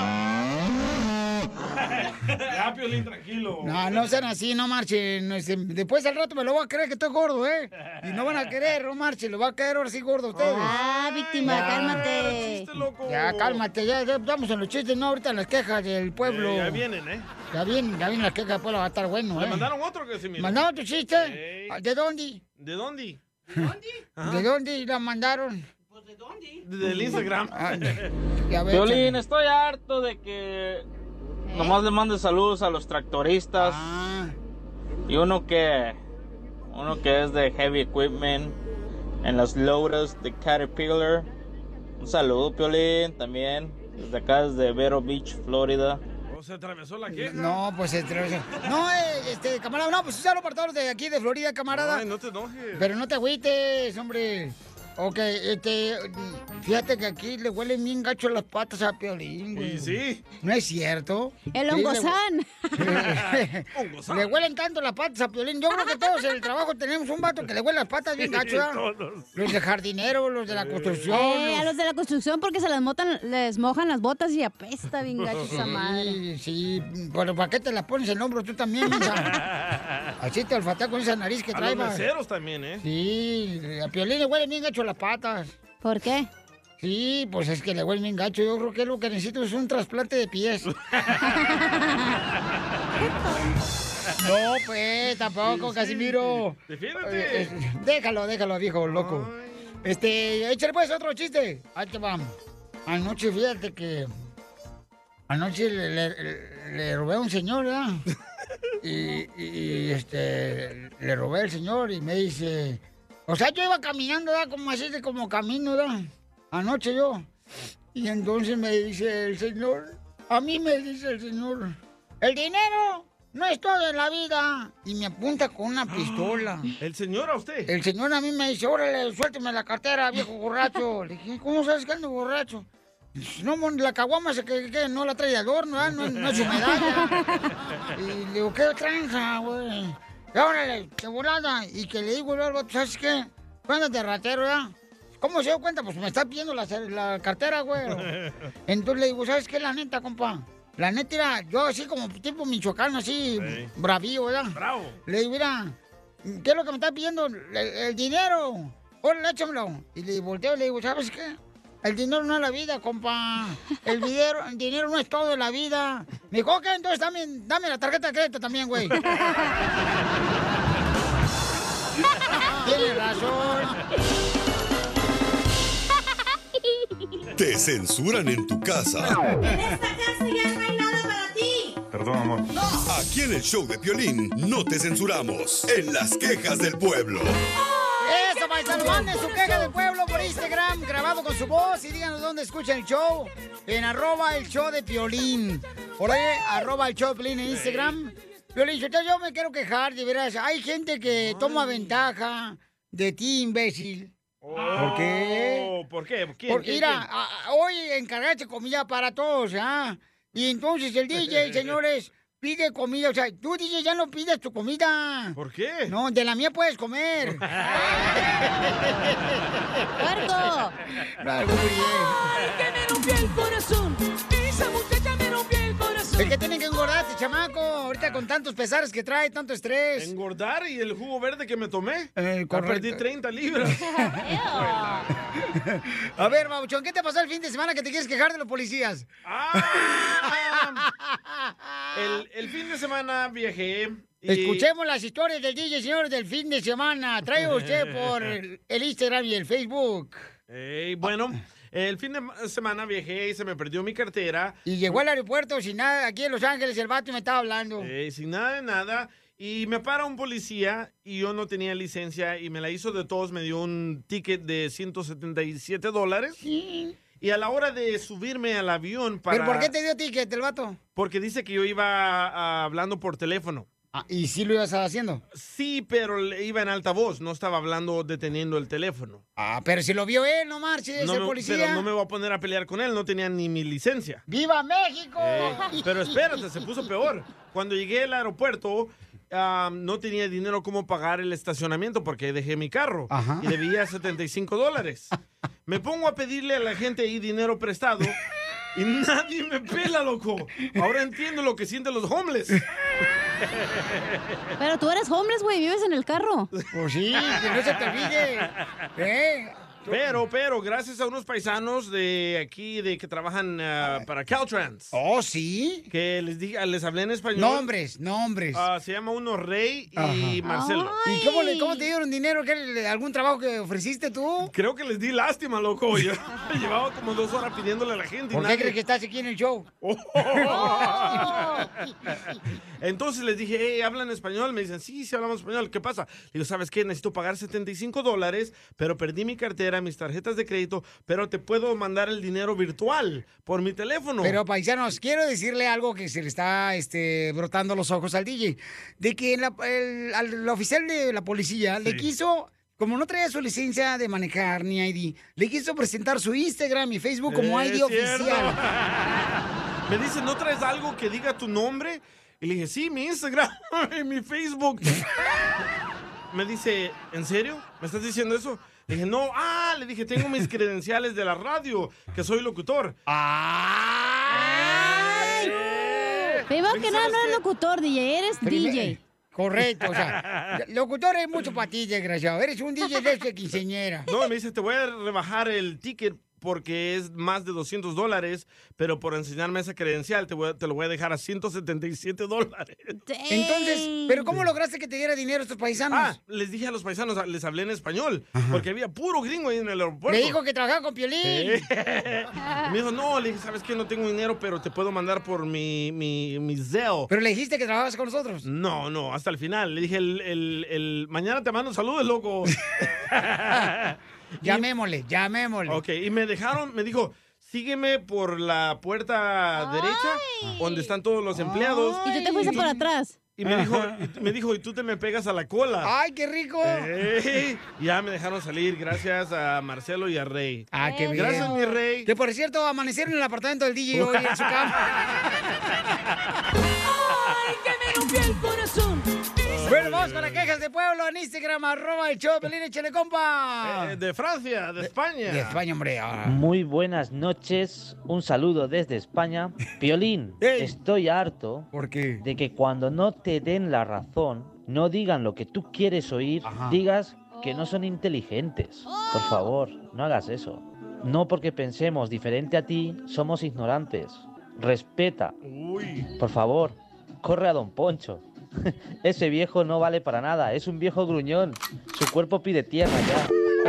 mataron! Ya, Piolín, tranquilo. No, no sean así, no marchen. Este, Después al rato me lo voy a creer que estoy gordo, ¿eh? Y no van a querer, no marchen. Lo va a caer ahora sí gordo a ustedes. Ah, víctima, Ya. cálmate. Ya, cálmate, ya, ya estamos en los chistes, no ahorita en las quejas del pueblo. Eh, ya vienen, ¿eh? Ya vienen, ya vienen las quejas del pueblo, va a estar bueno, ¿Le ¿eh? mandaron otro que se mira? ¿Mandaron tu chiste? Ey. ¿De dónde? ¿De dónde? ¿De dónde la mandaron? Del Instagram. Ah, ya ves, Piolín, estoy harto de que nomás le mande saludos a los tractoristas. Ah. Y uno que uno que es de heavy equipment en las loaders de Caterpillar. Un saludo, Piolín, también desde acá, desde Vero Beach, Florida. ¿O se atravesó la queja? No, pues se atravesó. No, eh, este, camarada, no, pues un saludo para todos de aquí de Florida, camarada. Ay, no te enojes. Pero no te agüites, hombre. Ok, este, fíjate que aquí le huelen bien gacho las patas a Piolín, güey. ¿Y sí? ¿No es cierto? El Sí, le- hongozán. Le huelen tanto las patas a Piolín. Yo creo que todos en el trabajo tenemos un vato que le huele las patas bien gacho, ¿verdad? Todos. Los de jardinero, los de la construcción. Eh, a los de la construcción porque se las motan, les mojan las botas y apesta bien gacho esa madre. Sí, sí, pero ¿para qué te las pones en el hombro tú también, mija? Así te olfatea con esa nariz que A trae. los va. meseros también, ¿eh? Sí, a Piolín le huele bien gacho las patas. ¿Por qué? Sí, pues es que le huele bien gacho. Yo creo que lo que necesito es un trasplante de pies. No, pues, tampoco, Sí, sí. Casimiro. Defiéndete. Eh, eh, déjalo, déjalo, viejo loco. Este, échale pues otro chiste. Ahí te vamos. Anoche, fíjate que... Anoche le, le- le robé a un señor, ¿verdad? Y, y, este, le robé al señor y me dice... O sea, yo iba caminando, ¿verdad? Como así, de como camino, ¿verdad? Anoche yo. Y entonces me dice el señor... A mí me dice el señor... El dinero no es todo en la vida. Y me apunta con una pistola. ¿El señor a usted? El señor a mí me dice, órale, suélteme la cartera, viejo borracho. Le dije, ¿cómo sabes que ando borracho? Dice, no, mon, la caguama se que, que no la trae de adorno, ¿eh? no, no es su medalla. Y le digo, ¿qué tranza, güey? Y órale, qué volada. Y que le digo, al vato, ¿sabes qué? Cuéntate, ratero, ¿verdad? ¿Cómo se dio cuenta? Pues me está pidiendo la, la cartera, güey. Entonces le digo, ¿sabes qué? La neta, compa. La neta, era yo así como tipo michoacano, así, Sí. bravío, ¿verdad? Bravo. Le digo, mira, ¿qué es lo que me está pidiendo? El, el dinero. Órale, échamelo. Y le volteo y le digo, ¿sabes qué? El dinero no es la vida, compa. El dinero, el dinero no es todo en la vida. Me dijo, ok, entonces también, dame la tarjeta de crédito también, güey. Tienes razón. Te censuran en tu casa. En esta casa ya no hay nada para ti. Perdón, amor. Aquí en el show de Piolín no te censuramos. En las quejas del pueblo. Eso, paisano, manden su queja del pueblo por Instagram, grabado con su voz, y díganos dónde escuchan el show, en arroba el show de Piolín. Por ahí, arroba el show de Piolín en Instagram. Piolín, yo, yo me quiero quejar, de veras, hay gente que toma ventaja de ti, imbécil. ¿Por qué? ¿Por qué? ¿Quién? Porque, ¿Quién? mira, ¿Quién? a- a- hoy encargaste comida para todos, ¿ah? Y entonces el D J, señores, pide comida. O sea, tú, D J, ya no pides tu comida. ¿Por qué? No, de la mía puedes comer. ¡Puerco! Ay, que me rompió el corazón. Esa muchacha me rompió el corazón. Es que tienen que engordarte, chamaco. Ahorita con tantos pesares que trae, tanto estrés. ¿Engordar y el jugo verde que me tomé? Eh, Ya correcto. perdí treinta libras. A ver, Babuchón, ¿qué te pasó el fin de semana que te quieres quejar de los policías? El, el fin de semana viajé. y- Escuchemos las historias del D J, señores, del fin de semana. Trae usted por el, el Instagram y el Facebook. Ey, bueno, el fin de semana viajé y se me perdió mi cartera. Y llegó al aeropuerto sin nada, aquí en Los Ángeles, el vato me estaba hablando. Eh, sin nada de nada. Y me para un policía y yo no tenía licencia y me la hizo de todos, me dio un ticket de ciento setenta y siete dólares. Y a la hora de subirme al avión para... ¿Pero por qué te dio ticket el vato? Porque dice que yo iba ah, hablando por teléfono. Ah, ¿y sí lo ibas haciendo? Sí, pero le- iba en altavoz, no estaba hablando deteniendo el teléfono. Ah, pero si lo vio él, no marches, No el me- policía. Pero no me voy a poner a pelear con él, no tenía ni mi licencia. ¡Viva México! Eh, pero espérate, se puso peor. Cuando llegué al aeropuerto, ah, no tenía dinero como pagar el estacionamiento porque dejé mi carro. Ajá. Y debía setenta y cinco dólares. Me pongo a pedirle a la gente ahí dinero prestado y nadie me pela, loco. Ahora entiendo lo que sienten los homeless. Pero tú eres homeless, güey, vives en el carro. Pues sí, que no se te olvide. ¿Eh? Pero, pero, gracias a unos paisanos de aquí, de que trabajan ah, para Caltrans. ¿Oh, sí? Que les, di- les hablé en español. Nombres, nombres. Ah, se llama uno Rey y Ajá. Marcelo. ¿Y cómo, le, cómo te dieron dinero? ¿Qué, ¿Algún trabajo que ofreciste tú? Creo que les di lástima, loco. Yo llevaba como dos horas pidiéndole a la gente. y ¿Por qué nadie- crees que estás aquí en el show? Entonces les dije, hey, ¿hablan español? Me dicen, sí, sí hablamos español. ¿Qué pasa? Le digo, ¿sabes qué? Necesito pagar setenta y cinco dólares, pero perdí mi cartera financiera, mis tarjetas de crédito, pero te puedo mandar el dinero virtual por mi teléfono. Pero, paisanos, quiero decirle algo que se le está este, brotando los ojos al D J. De que la, el, al, la oficial de la policía sí. le quiso, como no traía su licencia de manejar ni I D, le quiso presentar su Instagram y Facebook como Es I D cierto. oficial. Me dice, ¿no traes algo que diga tu nombre? Y le dije, sí, mi Instagram y mi Facebook. Me dice, ¿en serio? ¿Me estás diciendo eso? Le dije, no, ah, le dije, tengo mis credenciales de la radio, que soy locutor. ¡Ay! Primero que nada, no eres locutor, D J, eres Primer- D J. Correcto, o sea, locutor es mucho para ti, desgraciado. Eres un D J de este quinceañera. No, me dice, te voy a rebajar el ticket porque es más de doscientos dólares, pero por enseñarme esa credencial te, voy a- te lo voy a dejar a ciento setenta y siete dólares. Entonces, ¿pero cómo lograste que te diera dinero estos paisanos? Ah, les dije a los paisanos, les hablé en español, porque había puro gringo ahí en el aeropuerto. Le dijo que trabajaba con Piolín. Sí. Y me dijo, no, le dije, ¿sabes qué? No tengo dinero, pero te puedo mandar por mi, mi, mi Zelle. ¿Pero le dijiste que trabajabas con nosotros? No, no, hasta el final. Le dije, el, el, el- mañana te mando saludos, loco. Llamémosle, llamémosle. Ok, y me dejaron, me dijo, sígueme por la puerta derecha, donde están todos los empleados. Y tú te fuiste por atrás. Y me dijo, y me dijo, y tú te me pegas a la cola. ¡Ay, qué rico! Ey, y ya me dejaron salir, gracias a Marcelo y a Rey. Ah, qué bien. Gracias, mi Rey. Que por cierto, amanecieron en el apartamento del D J hoy en su cama. ¡Ay, que me rompió el corazón! Bueno, vamos con las quejas de pueblo en Instagram, arroba el show de Pelín, échale, compa. Eh, de Francia, de España. De España, hombre. ah. Muy buenas noches, un saludo desde España. Piolín, estoy harto ¿Por qué? de que cuando no te den la razón, no digan lo que tú quieres oír, digas que no son inteligentes. Por favor, no hagas eso. No porque pensemos diferente a ti, somos ignorantes. Respeta. Uy. Por favor, corre a Don Poncho. Ese viejo no vale para nada, es un viejo gruñón. Su cuerpo pide tierra ya.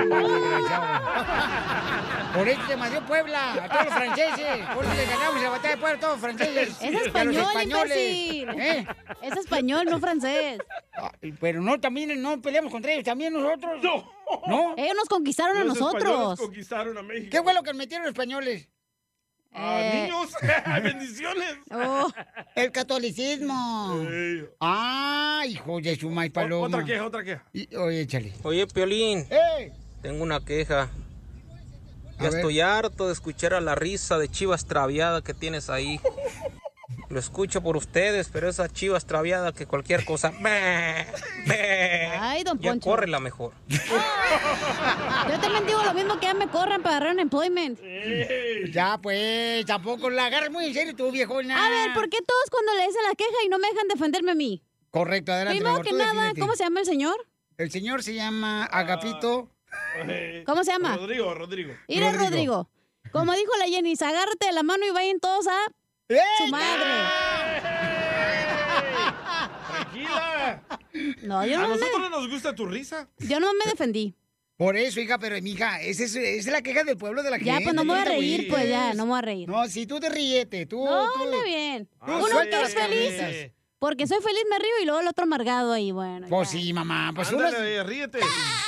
Por eso se mandó Puebla, a todos los franceses. Por eso le ganamos la batalla de Puebla a todos los franceses. Es Y a los español, españoles. imbécil. ¿Eh? Es español, no francés. Ay, Pero no, también no peleamos contra ellos, también nosotros. No. ¿No? Ellos nos conquistaron a Los españoles nosotros. conquistaron a México. ¿Qué fue lo que metieron los españoles? Ah, Eh. niños, bendiciones. Oh. El catolicismo. Ey. Ah, hijo de su maíz paloma. Otra queja, otra queja. Y- Oye, échale. Oye, Piolín, ¡Eh! tengo una queja. A Ya ver. estoy harto de escuchar a la risa de chiva extraviada que tienes ahí. Lo escucho por ustedes, pero esa chiva extraviada que cualquier cosa... ¡Meh! ¡Meh! Ay, don Ya Poncho. córrela mejor. Yo también digo lo mismo, que ya me corran para agarrar un employment. Ya, pues, tampoco la agarras muy en serio tú, viejona. A ver, ¿por qué todos cuando le dicen la queja y no me dejan defenderme a mí? Correcto, adelante. mi Primero amor, que tú nada, defiéndete. ¿cómo se llama el señor? El señor se llama Agapito. ¿Cómo se llama? Rodrigo, Rodrigo. Mira, Rodrigo. Rodrigo. Como dijo la Jenny, agárrate de la mano y vayan todos a su madre. Tranquila. No, yo A no, nosotros me, no nos gusta tu risa. yo no me defendí. Por eso, hija, pero mija, esa es, esa es la queja del pueblo de la Ya, gente. pues no me voy a te reír, agüites. pues ya, no me voy a reír. No, si tú te ríete, tú... No, tú- anda bien. tú Uno suelta que las es feliz, carnitas. porque soy feliz me río y luego el otro amargado ahí, bueno. Pues ya. sí, mamá, pues uno... Ándale, ríete.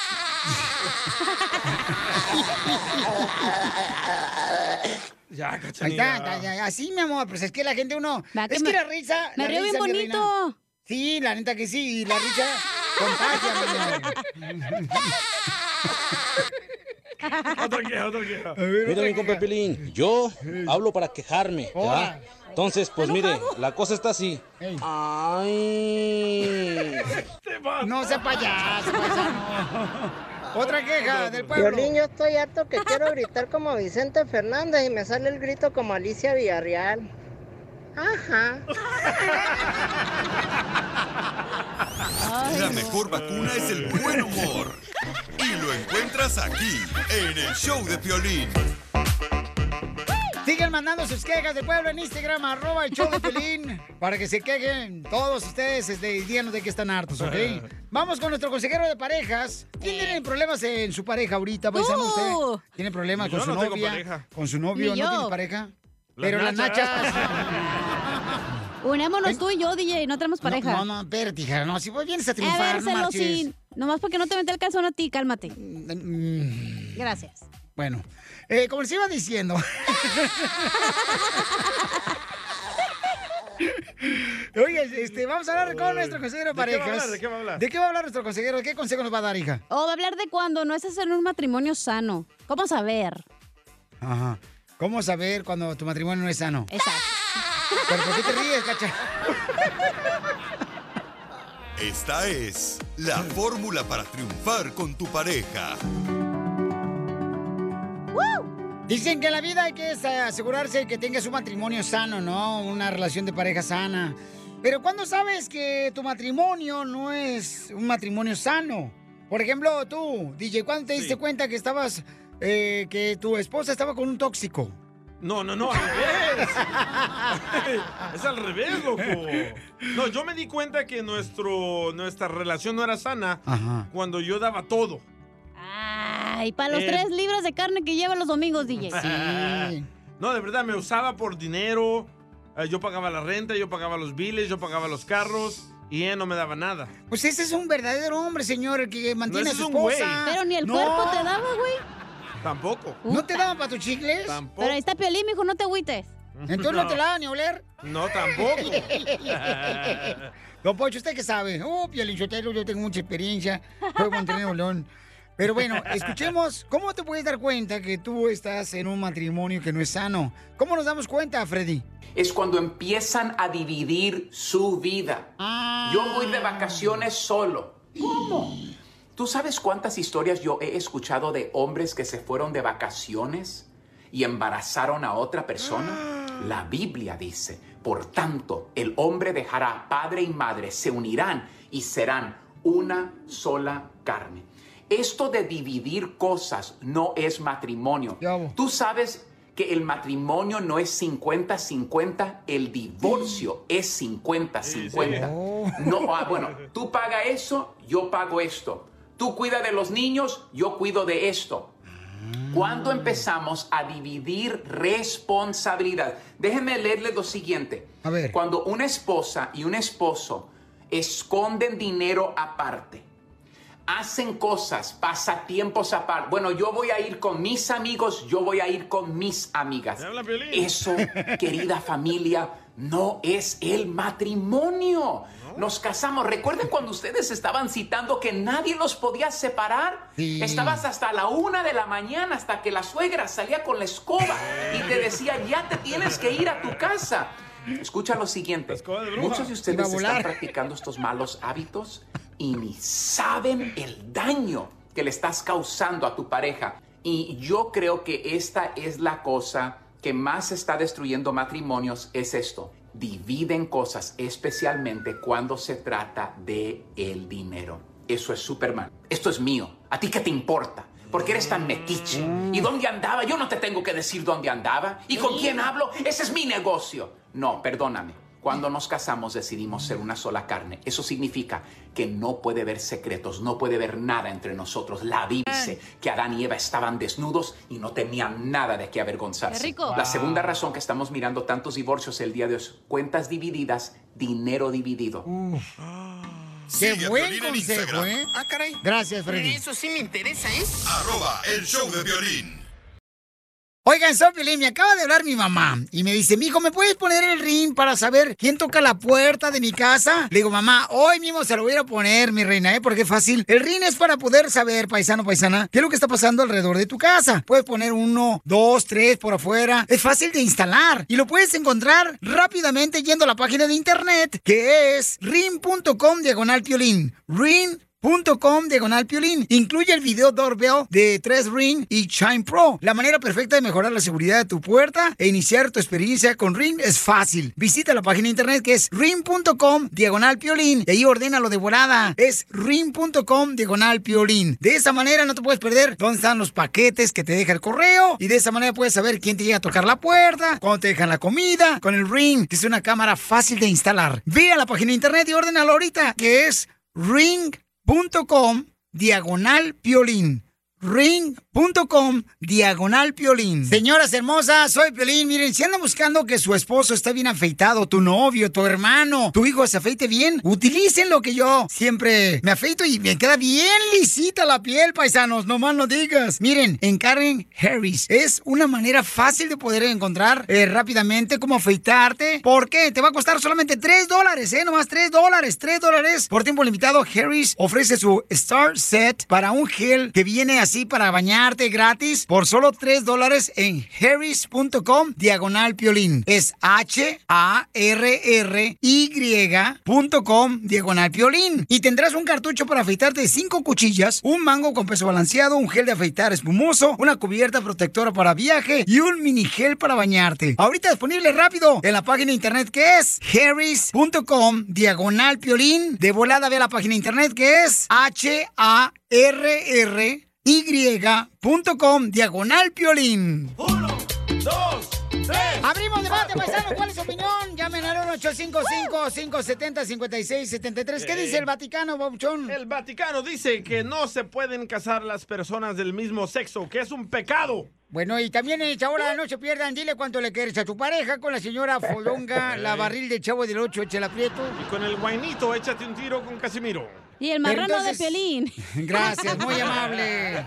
Ya, Ahí Cachanilla. está, ya, ya, así, mi amor, pues es que la gente uno... Va, que Es me- que la risa... me la río bien risa, mi reina. bonito. Sí, la neta que sí, y la risa contagia, mi amor. Otra queja, otra queja. Mira, mi compa Pelín, yo hablo para quejarme, Hola. ¿ya? Entonces, pues mire, la cosa está así. Ey. Ay. No sea payaso, paisano. Otra queja del pueblo. Violín, yo estoy harto que quiero gritar como Vicente Fernández y me sale el grito como Alicia Villarreal. Ajá. La mejor vacuna es el buen humor. Y lo encuentras aquí, en el show de Piolín. Sigan mandando sus quejas del pueblo en Instagram, arroba el show de Pelín, para que se quejen todos ustedes este, y díganos de que están hartos, ¿ok? Vamos con nuestro consejero de parejas. ¿Quién tiene problemas en su pareja ahorita, paisano? Tú. ¿Usted tiene problemas Yo con su no tengo novia? pareja. ¿Con su novio Ni no yo. tiene pareja? Las Pero las nachas. nachas... Unémonos tú y yo, D J, no tenemos pareja. No, no, espérate, hija, no, si vos vienes a A triunfar, ver, no marches. Celosín, nomás porque no te metí el calzón a ti, cálmate. Mm, Gracias. Bueno, eh, como les iba diciendo. Oye, este, vamos a hablar con nuestro consejero de ¿De qué va a parejas. hablar? ¿De qué va a hablar? ¿De qué va a hablar nuestro consejero? ¿Qué consejo nos va a dar, hija? O va a hablar de cuando no estás en un matrimonio sano. ¿Cómo saber? Ajá. ¿Cómo saber cuando tu matrimonio no es sano? Exacto. ¿Pero por qué te ríes, cacha? Esta es la fórmula para triunfar con tu pareja. Dicen que en la vida hay que asegurarse que tengas un matrimonio sano, ¿no? Una relación de pareja sana. Pero ¿cuándo sabes que tu matrimonio no es un matrimonio sano? Por ejemplo, tú, D J, ¿cuándo te diste cuenta que estabas, eh, que tu esposa estaba con un tóxico? No, no, no, al revés. Es al revés, loco. No, yo me di cuenta que nuestro, nuestra relación no era sana Ajá. cuando yo daba todo. Ay, para los Eh. tres libras de carne que lleva los domingos, D J. Sí. No, de verdad, me usaba por dinero. Eh, yo pagaba la renta, yo pagaba los biles, yo pagaba los carros y ella no me daba nada. Pues ese es un verdadero hombre, señor, el que mantiene No, a ese su es un güey. esposa. Pero ni el No. cuerpo te daba, güey. Tampoco. ¿No te daban para tus chicles? Tampoco. Pero ahí está Piolín, mijo, no te agüites. Entonces no, te la daban ni a oler. No, tampoco. Don Pocho, ¿usted qué sabe? Oh, Piolín Sotelo, yo tengo mucha experiencia. Juego Monterrey Nuevo León. Pero bueno, escuchemos, ¿cómo te puedes dar cuenta que tú estás en un matrimonio que no es sano? ¿Cómo nos damos cuenta, Freddy? Es cuando empiezan a dividir su vida. Yo voy de vacaciones solo. ¿Cómo? ¿Tú sabes cuántas historias yo he escuchado de hombres que se fueron de vacaciones y embarazaron a otra persona? La Biblia dice, por tanto, el hombre dejará a padre y madre, se unirán y serán una sola carne. Esto de dividir cosas no es matrimonio. Tú sabes que el matrimonio no es cincuenta cincuenta, el divorcio es cincuenta cincuenta. No, ah, bueno, tú pagas eso, yo pago esto. Tú cuida de los niños, yo cuido de esto. Cuando empezamos a dividir responsabilidad, déjenme leerles lo siguiente. A ver. Cuando una esposa y un esposo esconden dinero aparte, hacen cosas, pasatiempos aparte. Bueno, yo voy a ir con mis amigos, yo voy a ir con mis amigas. Eso, querida familia, no es el matrimonio. Nos casamos. ¿Recuerdan cuando ustedes estaban citando que nadie los podía separar? Sí. Estabas hasta la una de la mañana, hasta que la suegra salía con la escoba y te decía, ya te tienes que ir a tu casa. Escucha lo siguiente. Muchos de ustedes Iba a volar. están practicando estos malos hábitos y ni saben el daño que le estás causando a tu pareja. Y yo creo que esta es la cosa que más está destruyendo matrimonios, es esto. Dividen cosas, especialmente cuando se trata de el dinero. Eso es Superman. Esto es mío. ¿A ti qué te importa? ¿Por qué eres tan metiche? ¿Y dónde andaba? Yo no te tengo que decir dónde andaba. ¿Y con quién hablo? Ese es mi negocio. No, perdóname. Cuando nos casamos decidimos ser una sola carne. Eso significa que no puede haber secretos, no puede haber nada entre nosotros. La Biblia dice que Adán y Eva estaban desnudos y no tenían nada de qué avergonzarse. ¡Qué rico! La segunda razón que estamos mirando tantos divorcios el día de hoy es cuentas divididas, dinero dividido. Qué Sigue a buen Piolín en consejo, Instagram. ¿eh? Ah, caray. Gracias, Freddy. Eso sí me interesa, ¿eh? Arroba el show de violín. Oigan, soy Piolín, me acaba de hablar mi mamá y me dice, mijo, ¿me puedes poner el ring para saber quién toca la puerta de mi casa? Le digo, mamá, hoy mismo se lo voy a poner, mi reina, ¿eh? Porque es fácil. El ring es para poder saber, paisano, paisana, qué es lo que está pasando alrededor de tu casa. Puedes poner uno, dos, tres por afuera. Es fácil de instalar y lo puedes encontrar rápidamente yendo a la página de internet que es ring punto com diagonal Piolín. Ring Punto com diagonal Piolín. Incluye el video doorbell de tres Ring y Chime Pro. La manera perfecta de mejorar la seguridad de tu puerta e iniciar tu experiencia con Ring es fácil. Visita la página de internet que es ring punto com diagonal Piolín y ahí ordénalo de volada. Es ring punto com diagonal Piolín. De esa manera no te puedes perder dónde están los paquetes que te deja el correo y de esa manera puedes saber quién te llega a tocar la puerta, cuándo te dejan la comida, con el Ring, que es una cámara fácil de instalar. Ve a la página de internet y ordénalo ahorita que es ring punto com diagonal Piolín. ring.com diagonal Piolín. Señoras hermosas, soy Piolín. Miren, si andan buscando que su esposo esté bien afeitado, tu novio, tu hermano, tu hijo se afeite bien, utilicen lo que yo siempre me afeito y me queda bien lisita la piel, paisanos, no más no digas. Miren, encarguen Harry's. Es una manera fácil de poder encontrar eh, rápidamente cómo afeitarte. ¿Por qué? Te va a costar solamente tres dólares, ¿eh? Nomás tres dólares, tres dólares. Por tiempo limitado, Harry's ofrece su Star Set para un gel que viene así para bañarte gratis por solo tres dólares en harrys.com diagonal Piolín. Es H A R R Y punto com diagonal Piolín. Y tendrás un cartucho para afeitarte de cinco cuchillas, un mango con peso balanceado, un gel de afeitar espumoso, una cubierta protectora para viaje y un mini gel para bañarte. Ahorita disponible rápido en la página de internet que es harrys.com diagonal Piolín. De volada ve a la página de internet que es H A R R Y.com diagonal Piolín. Uno, dos, tres. Abrimos debate, paisano. ¿Cuál es su opinión? Llamen al uno ocho cinco cinco, cinco siete cero, cinco seis siete tres. ¿Qué dice el Vaticano, Babuchón? El Vaticano dice que no se pueden casar las personas del mismo sexo, que es un pecado. Bueno, y también en esta hora no se pierdan, dile cuánto le quieres a tu pareja con la señora Fodonga, la barril de Chavo del Ocho, échale aprieto. Y con el guainito, échate un tiro con Casimiro. Y el marrano entonces, de Piolín. Gracias, muy amable.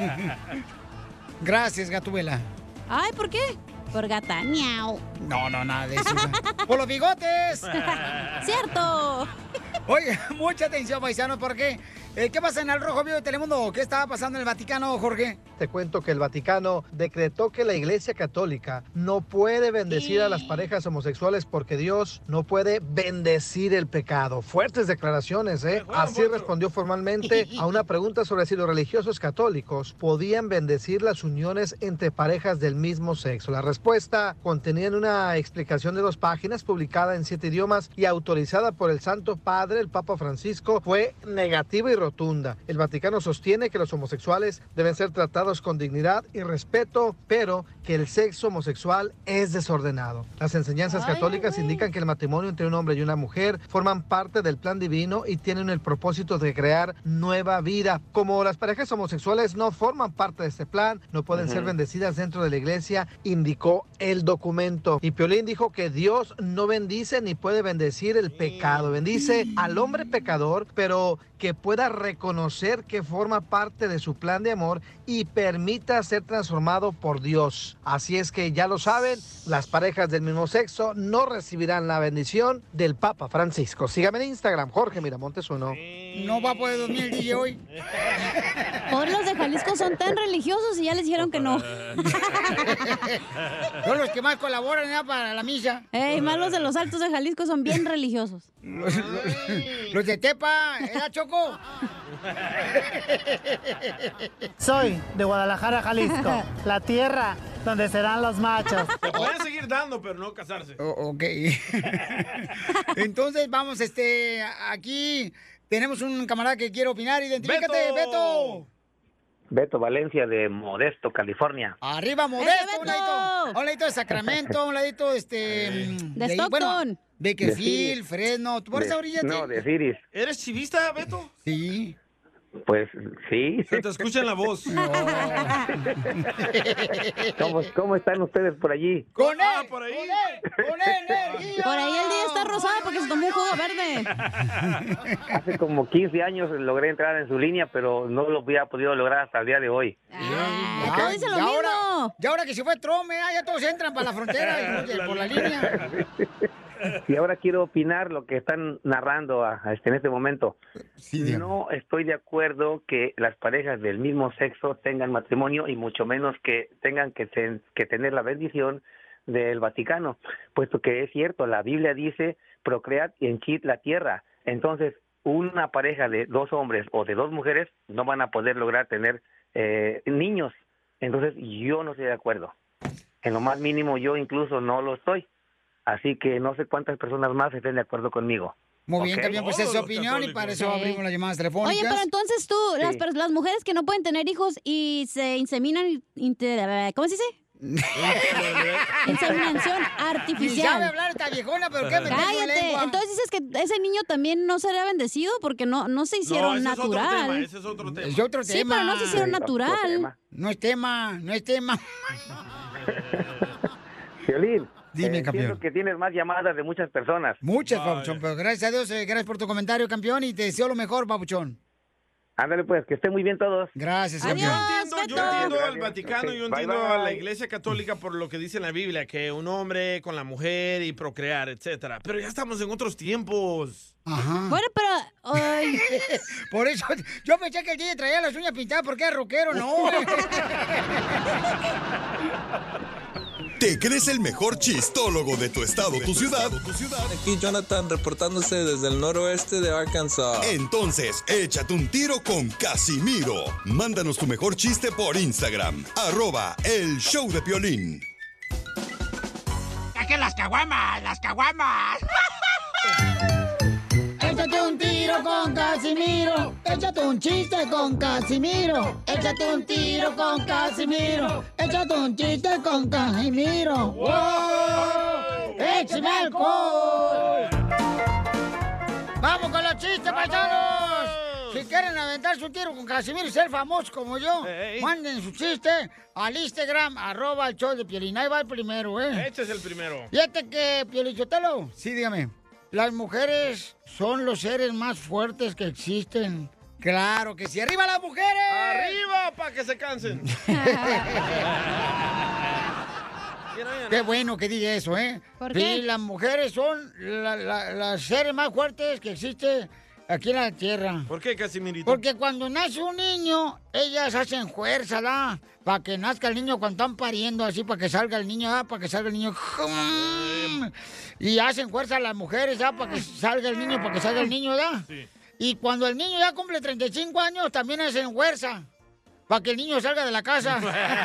Gracias, Gatubela. Ay, ¿por qué? Por gata, miau. No, no, nada de eso. ¡Por los bigotes! ¡Cierto! Oye, mucha atención, paisanos, porque eh, ¿qué pasa en el Rojo Vivo de Telemundo? ¿Qué estaba pasando en el Vaticano, Jorge? Te cuento que el Vaticano decretó que la Iglesia Católica no puede bendecir a las parejas homosexuales porque Dios no puede bendecir el pecado. Fuertes declaraciones, ¿eh? Así respondió formalmente a una pregunta sobre si los religiosos católicos podían bendecir las uniones entre parejas del mismo sexo. La respuesta contenía en una explicación de dos páginas publicada en siete idiomas y autorizada por el Santo Padre, el Papa Francisco, fue negativa y rotunda. El Vaticano sostiene que los homosexuales deben ser tratados con dignidad y respeto, pero que el sexo homosexual es desordenado. Las enseñanzas Ay, católicas ay. indican que el matrimonio entre un hombre y una mujer forman parte del plan divino y tienen el propósito de crear nueva vida. Como las parejas homosexuales no forman parte de este plan, no pueden Ujú. ser bendecidas dentro de la iglesia, indicó el documento. Y Piolín dijo que Dios no bendice ni puede bendecir el pecado. Bendice al hombre pecador, pero que pueda reconocer que forma parte de su plan de amor y permita ser transformado por Dios. Así es que ya lo saben, las parejas del mismo sexo no recibirán la bendición del Papa Francisco. Sígame en Instagram, Jorge Miramontes uno. No va a poder dormir el D J hoy. Por los de Jalisco son tan religiosos y ya les dijeron que no. Son los que más colaboran ya para la misa. Ey, más los de los Altos de Jalisco son bien religiosos. Los, los- los de Tepa, ¿era Choco? Soy de Guadalajara, Jalisco, la tierra donde serán los machos. Se pueden seguir dando, pero no casarse. O- ok. Entonces, vamos, este, aquí tenemos un camarada que quiere opinar. Identifícate, Beto. Beto Valencia de Modesto, California. Arriba, Modesto, un ladito, a un ladito de Sacramento, a un ladito, este... De ahí, Stockton. bueno, Bakersfield, De- Fresno, ¿tú por esa De- orilla? No, de Ciris. ¿Eres chivista, Beto? Sí. Pues sí. Se te escucha en la voz. ¿Cómo, ¿Cómo están ustedes por allí? ¡Con él! Ah, por ahí. ¡Con él! ¡Con energía! Por ahí el día está rosado porque se tomó un jugo verde. Hace como quince años logré entrar en su línea, pero no lo había podido lograr hasta el día de hoy. Ah, todos dicen lo y mismo. Ahora, y ahora que se fue Trump, eh, ya todos entran para la frontera y por la línea. Y ahora quiero opinar lo que están narrando a- a este, en este momento. No estoy de acuerdo que las parejas del mismo sexo tengan matrimonio y mucho menos que tengan que, ten- que tener la bendición del Vaticano, puesto que es cierto, la Biblia dice procread y henchid la tierra. Entonces, una pareja de dos hombres o de dos mujeres no van a poder lograr tener eh, niños. Entonces, yo no estoy de acuerdo. En lo más mínimo, yo incluso no lo estoy. Así que no sé cuántas personas más estén de acuerdo conmigo. Muy bien, ¿Ok? también pues es su opinión y para eso abrimos las llamadas telefónicas. Oye, pero entonces tú, las, Sí. pers- las mujeres que no pueden tener hijos y se inseminan, inte- ¿cómo se dice? Inseminación artificial. Ni sabe hablar esta viejona, pero ¿qué me Cállate. Entonces dices que ese niño también no sería bendecido porque no, no se hicieron no, ese natural. Es otro tema, ese es otro tema. Es otro Sí, tema. pero no se hicieron natural. No es tema, no es tema. Piolín, Dime, eh, campeón. entiendo que tienes más llamadas de muchas personas. Muchas, Papuchón, pero gracias a Dios, eh, gracias por tu comentario, campeón, y te deseo lo mejor, Papuchón. Ándale pues, que estén muy bien todos. Gracias, Yo campeón. entiendo, yo entiendo al Vaticano, Ok, yo bye, entiendo a la bye. Iglesia Católica por lo que dice en la Biblia, que un hombre con la mujer y procrear, etcétera. Pero ya estamos en otros tiempos. Ajá. Bueno, pero... ay, Por eso, yo pensé que el D J traía las uñas pintadas porque era rockero, no. ¿Te crees el mejor chistólogo de tu estado, tu ciudad? Aquí Jonathan reportándose desde el noroeste de Arkansas. Entonces, échate un tiro con Casimiro. Mándanos tu mejor chiste por Instagram, arroba el show de Piolín. ¡Saquen las caguamas! ¡Las caguamas! Échate un tiro con Casimiro. Échate un chiste con Casimiro. Échate un tiro con Casimiro. Échate un chiste con Casimiro. ¡Wow! ¡Échame alcohol! ¡Vamos con los chistes, paisanos! Si quieren aventar su tiro con Casimiro y ser famosos como yo, Ey. manden su chiste al Instagram, arroba el show de Piolín. Ahí va el primero, ¿eh? Este es el primero. Fíjate que, Piolichotelo. Sí, dígame. Las mujeres son los seres más fuertes que existen. Claro que sí. ¡Arriba las mujeres! ¡Arriba para que se cansen! Qué bueno que diga eso, ¿eh? ¿Por Sí, qué? las mujeres son la- la- las seres más fuertes que existen aquí en la tierra. ¿Por qué, Casimirito? Porque cuando nace un niño, ellas hacen fuerza, ¿da? Para que nazca el niño cuando están pariendo, así, para que salga el niño, ¿da? Para que salga el niño. Y hacen fuerza a las mujeres, ¿da? Para que salga el niño, para que salga el niño, ¿da? Sí. Y cuando el niño ya cumple treinta y cinco años, también hacen fuerza. Para que el niño salga de la casa.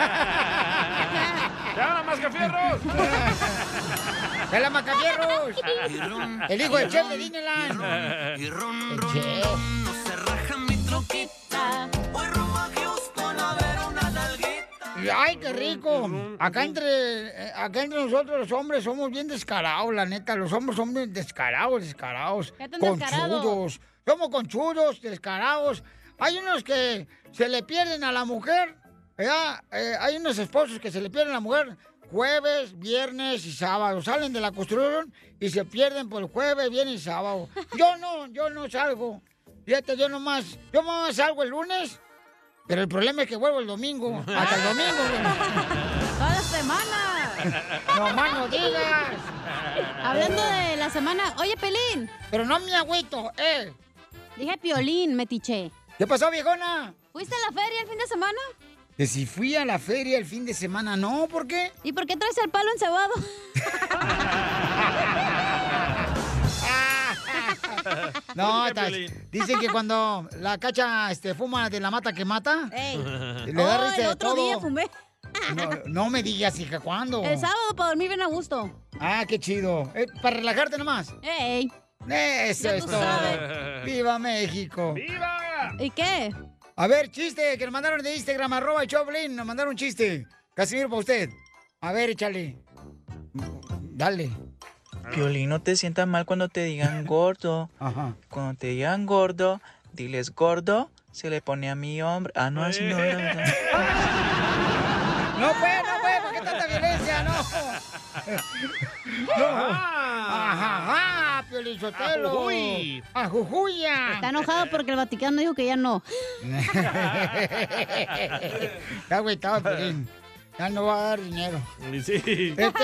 ¡Ya, Mascafierros! ¡De la Macafierros! El hijo del chef de Disneyland. Y ron, El ron, chef. ron, no se raja mi troquita. Voy rumbo a Houston a ver una nalguita. ¡Ay, qué rico! Acá entre, eh, acá entre nosotros los hombres somos bien descarados, la neta. Los hombres son bien descarados, descarados. ¿Qué tan descarado? Conchudos. Somos conchudos, descarados. Hay unos que se le pierden a la mujer, ¿verdad? Eh, hay unos esposos que se le pierden a la mujer jueves, viernes y sábado. Salen de la construcción y se pierden por el jueves, viernes y sábado. Yo no, yo no salgo. Fíjate, yo nomás, yo nomás salgo el lunes, pero el problema es que vuelvo el domingo. Hasta el domingo. toda la semana. No más no digas. Hablando de la semana. Oye, Pelín. Pero no mi agüito, eh. Dije Piolín, metiche. ¿Qué pasó, viejona? ¿Fuiste a la feria el fin de semana? Que si fui a la feria el fin de semana, no, ¿por qué? ¿Y por qué traes el palo encebado? No, ¿Por qué, tas- Piolín? dicen que cuando la cacha este, fuma de la mata que mata, Ey. le da Oh, risa el de otro todo. día fumé. No, no me digas, hija, ¿cuándo? El sábado para dormir bien a gusto. Ah, qué chido. Eh, para relajarte nomás. Ey. Eso Ya es tú todo. sabes. ¡Viva México! ¡Viva! ¿Y qué? A ver, chiste que nos mandaron de Instagram, arroba el Choplin, nos mandaron un chiste. Casimiro, para usted. A ver, échale. Dale. Piolín, no te sientas mal cuando te digan gordo. Ajá. Cuando te digan gordo, diles gordo, se le pone a mi hombre. Ah, no, así no era, ¿verdad? No puede, no puede, ¿por qué tanta violencia? No. No. Ajá, ajá, Piolín Sotelo. Ajujuy. Ajujuya. Está enojado porque el Vaticano dijo que ya no. Está agüitado, Piolín. Ya no va a dar dinero. Sí. Este, eh.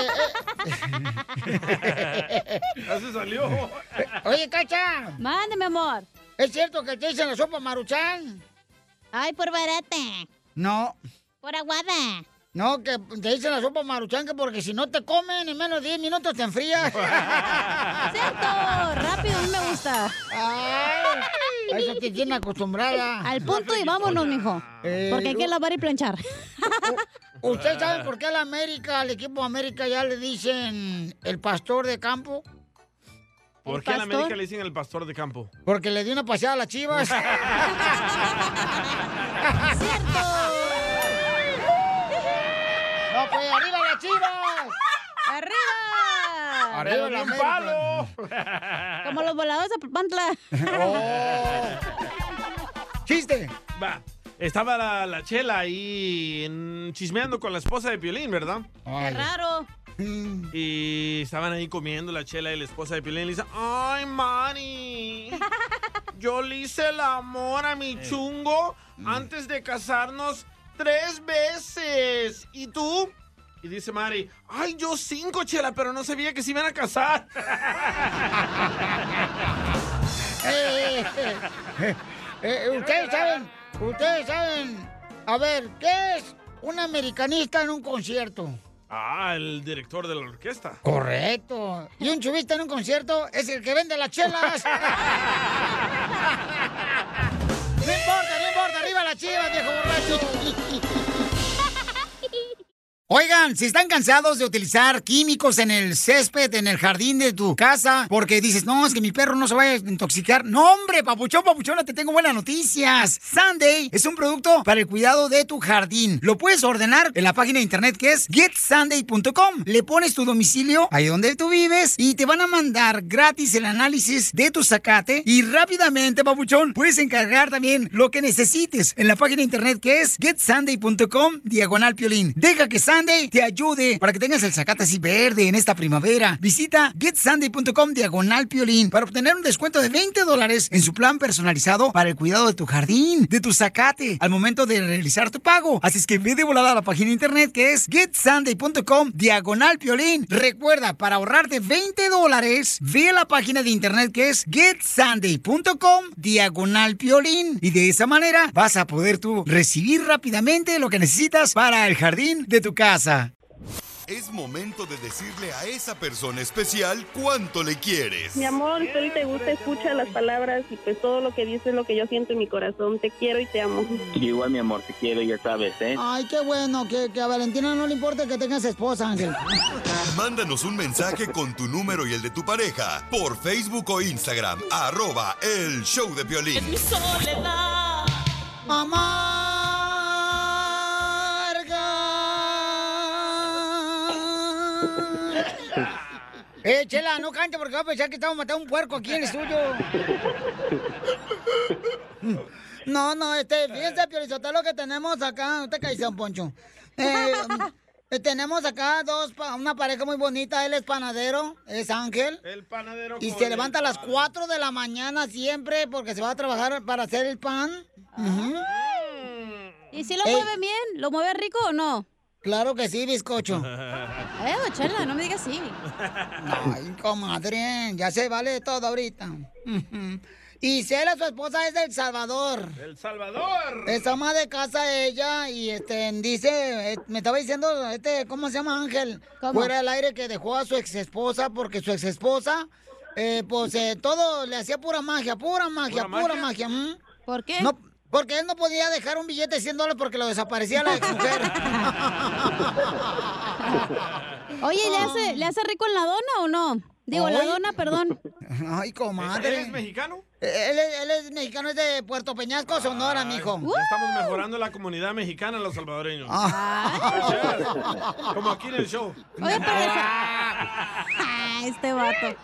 Ya se salió. Oye, Cacha. Mándeme, amor. ¿Es cierto que te dicen la sopa Maruchan? Ay, por barata. No. Por aguada. No, que te dicen la sopa Maruchan que porque si no te comen en menos de diez minutos te enfrías. ¡Cierto! Rápido, a mí me gusta. Ay, a eso te tiene acostumbrada. Al punto y vámonos, mijo. Eh, Porque hay que lavar y planchar. ¿Usted sabe por qué al América, al equipo América ya le dicen el pastor de campo? ¿Por qué a la América le dicen el pastor de campo? Porque le dio una paseada a las Chivas. ¡Cierto! No, pues, arriba Chivas! ¡Arriba! ¡Arriba la un América! palo! Como los voladores de Papantla. Oh. ¡Chiste! Va. Estaba la, la Chela ahí en- chismeando con la esposa de Piolín, ¿verdad? ¡Qué raro! Y estaban ahí comiendo la Chela y la esposa de Piolín y le dice, ¡ay, Mari! Yo le hice el amor a mi chungo antes de casarnos tres veces. ¿Y tú? Y dice Mari, ¡ay, yo cinco, Chela, pero no sabía que se iban a casar! Eh, eh, eh, eh, ustedes saben, ustedes saben, a ver, ¿qué es un americanista en un concierto? Ah, el director de la orquesta. Correcto. Y un chuvista en un concierto es el que vende las chelas. No importa, no importa, arriba las chivas, viejo borracho. Oigan, si están cansados de utilizar químicos en el césped, en el jardín de tu casa, porque dices, no, es que mi perro no se vaya a intoxicar. No, hombre, papuchón, papuchona, te tengo buenas noticias. Sunday es un producto para el cuidado de tu jardín. Lo puedes ordenar en la página de internet que es get sunday punto com. Le pones tu domicilio ahí donde tú vives y te van a mandar gratis el análisis de tu zacate y rápidamente, papuchón, puedes encargar también lo que necesites en la página de internet que es get sunday punto com diagonal Piolín. Deja que Sunday te ayude para que tengas el zacate así verde en esta primavera. Visita get sunday punto com diagonal Piolín para obtener un descuento de veinte dólares en su plan personalizado para el cuidado de tu jardín, de tu zacate, al momento de realizar tu pago. Así es que ve de volada a la página de internet que es get sunday punto com diagonal Piolín. Recuerda, para ahorrarte veinte dólares, ve a la página de internet que es get sunday punto com diagonal Piolín. Y de esa manera vas a poder tú recibir rápidamente lo que necesitas para el jardín de tu casa. Es momento de decirle a esa persona especial cuánto le quieres. Mi amor, si hoy te gusta, escucha las palabras y pues todo lo que dices es lo que yo siento en mi corazón. Te quiero y te amo. Igual, mi amor, te quiero, ya sabes, ¿eh? Ay, qué bueno, que, que a Valentina no le importa que tengas esposa, Ángel. Mándanos un mensaje con tu número y el de tu pareja por Facebook o Instagram, arroba el show de Piolín. Mi soledad. Eh, Chela, no cante porque va a pensar que estamos matando un puerco aquí en el estudio. No, no, este, fíjense, Piolizotelo, que tenemos acá. No te caes, Don Poncho. Eh, eh, tenemos acá dos, pa- una pareja muy bonita. Él es panadero, es Ángel. El panadero. Y con se el levanta a las pan. cuatro de la mañana siempre porque se va a trabajar para hacer el pan. Ujú. ¿Y si lo Ey. mueve bien? ¿Lo mueve rico o no? Claro que sí, bizcocho. Eh, don Chela, no me digas sí. Ay, comadre, ya se vale todo ahorita. Ujú. Y Cela, su esposa, es de El Salvador. ¡El Salvador! Es ama de casa ella y este dice, eh, me estaba diciendo, este, ¿cómo se llama Ángel? ¿Cómo? Fuera del aire que dejó a su ex esposa porque su ex esposa, eh, pues eh, todo le hacía pura magia, pura magia, ¿Pura pura, magia? magia. ¿m? ¿Por qué? No, porque él no podía dejar un billete de cien dólares porque lo desaparecía la ex mujer. Oye, ¿le hace, ¿le hace rico en la dona o no? Digo, la Ay. dona, perdón. Ay, comadre. ¿Él es mexicano? Él es, él es mexicano, es de Puerto Peñasco, Sonora, Ay, mijo. ya estamos mejorando la comunidad mexicana, los salvadoreños. Ah. Como aquí en el show. Oye, pero esa- este vato.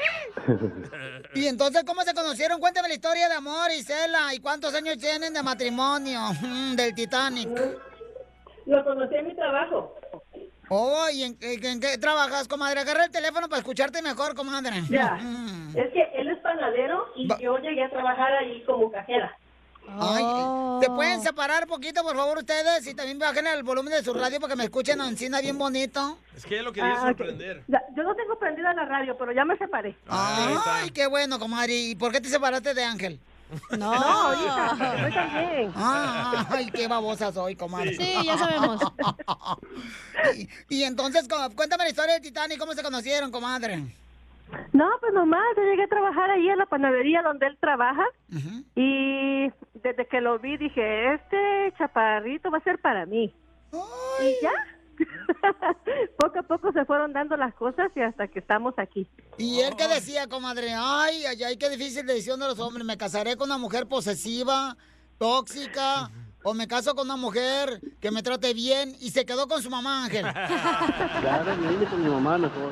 Y entonces, ¿cómo se conocieron? Cuéntame la historia de amor, Isela. ¿Y cuántos años tienen de matrimonio? Mm, del Titanic. Lo conocí en mi trabajo. Oh, ¿y en, en- en qué trabajas, comadre? Agarra el teléfono para escucharte mejor, comadre. Ya. Mm. Es que él es panadero y yo llegué a trabajar ahí como cajera. Ay, ¿se pueden separar poquito, por favor, ustedes? Y también bajen el volumen de su radio para que me escuchen a Encina bien bonito. Es que él lo quería Ah, ok. sorprender. Ya, yo no tengo prendida la radio, pero ya me separé. Ay, qué bueno, comadre. ¿Y por qué te separaste de Ángel? No. No, hija, yo también. Ah, ay, qué babosa soy, comadre. Sí, ya sabemos. Y, y entonces, co- cuéntame la historia del Titanic, ¿cómo se conocieron, comadre? No, pues nomás, yo llegué a trabajar ahí en la panadería donde él trabaja y desde que lo vi dije, este chaparrito va a ser para mí. Y ya, poco a poco se fueron dando las cosas y hasta que estamos aquí. Y él que decía, comadre, ay, ay, ay, qué difícil decisión de los hombres, me casaré con una mujer posesiva, tóxica, o me caso con una mujer que me trate bien y se quedó con su mamá, Ángel. Claro, me vine con mi mamá mejor.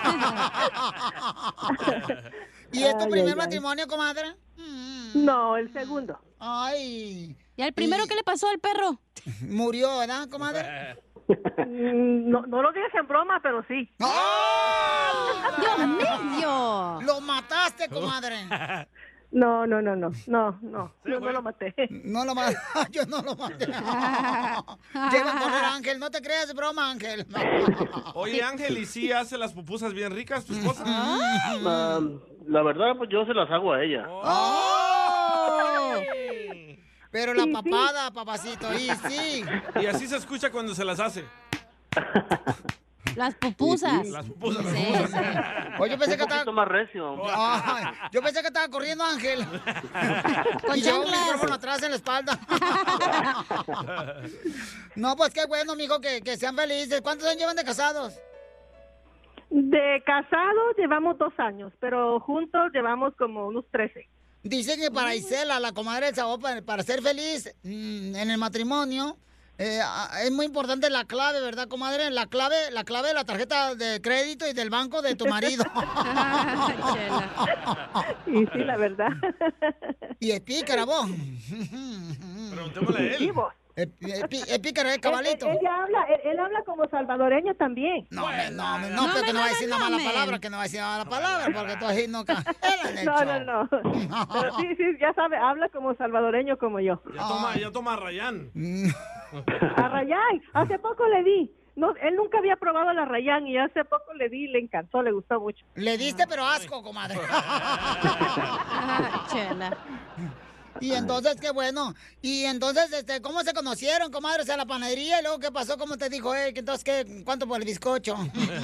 ¿Y es tu Ay, primer ay, ay. matrimonio, comadre? No, el segundo. Ay. ¿Y al primero qué le pasó al perro? Murió, ¿verdad, comadre? Mm, No, no lo digas en broma, pero sí. ¡Dios mío! ¡Lo mataste, comadre! No, no, no, no, no, no, yo no lo maté. No lo maté, yo no lo maté. Lleva a correr a Ángel, no te creas, es broma, Ángel. Oye, Ángel, ¿y si hace las pupusas bien ricas tu esposa? La, la verdad, pues yo se las hago a ella. ¡Oh! Pero la papada, papacito, y sí. Y así se escucha cuando se las hace. Las pupusas. Las pupusas, las Sí, pupusas. Oye, yo pensé Un que estaba... poquito más recio. Ay, yo pensé que estaba corriendo Ángel. Con Y lleva un chanclas. micrófono atrás en la espalda. No, pues qué bueno, mijo, que, que sean felices. ¿Cuántos años llevan de casados? De casados llevamos dos años, pero juntos llevamos como unos trece. Dicen que para Isela, la comadre del sabor, para, para ser feliz mm, en el matrimonio, eh, a- es muy importante la clave, ¿verdad, comadre? La clave, la clave de la tarjeta de crédito y del banco de tu marido. Y sí, la verdad. Y es pícara, vos. Preguntémosle a él. Es, es pí- es pícara, es cabalito. Él, él ya habla, él, él habla como salvadoreño también. No, me- no, me- no, pero que no va a decir una mala palabra, que no va a decir una mala palabra, porque tú así no ca- en el No, show. no, no. Pero sí, sí, ya sabe, habla como salvadoreño como yo. Ya toma, ya toma Rayán. A Rayán, hace poco le di. No, él nunca había probado la Rayán y hace poco le di y le encantó, le gustó mucho. Le diste, pero asco, comadre. Chela. Y entonces, qué bueno. Y entonces, este, ¿cómo se conocieron, comadres, a la panadería? Y luego, ¿qué pasó? ¿Cómo te dijo él? Entonces, ¿qué? ¿Cuánto por el bizcocho?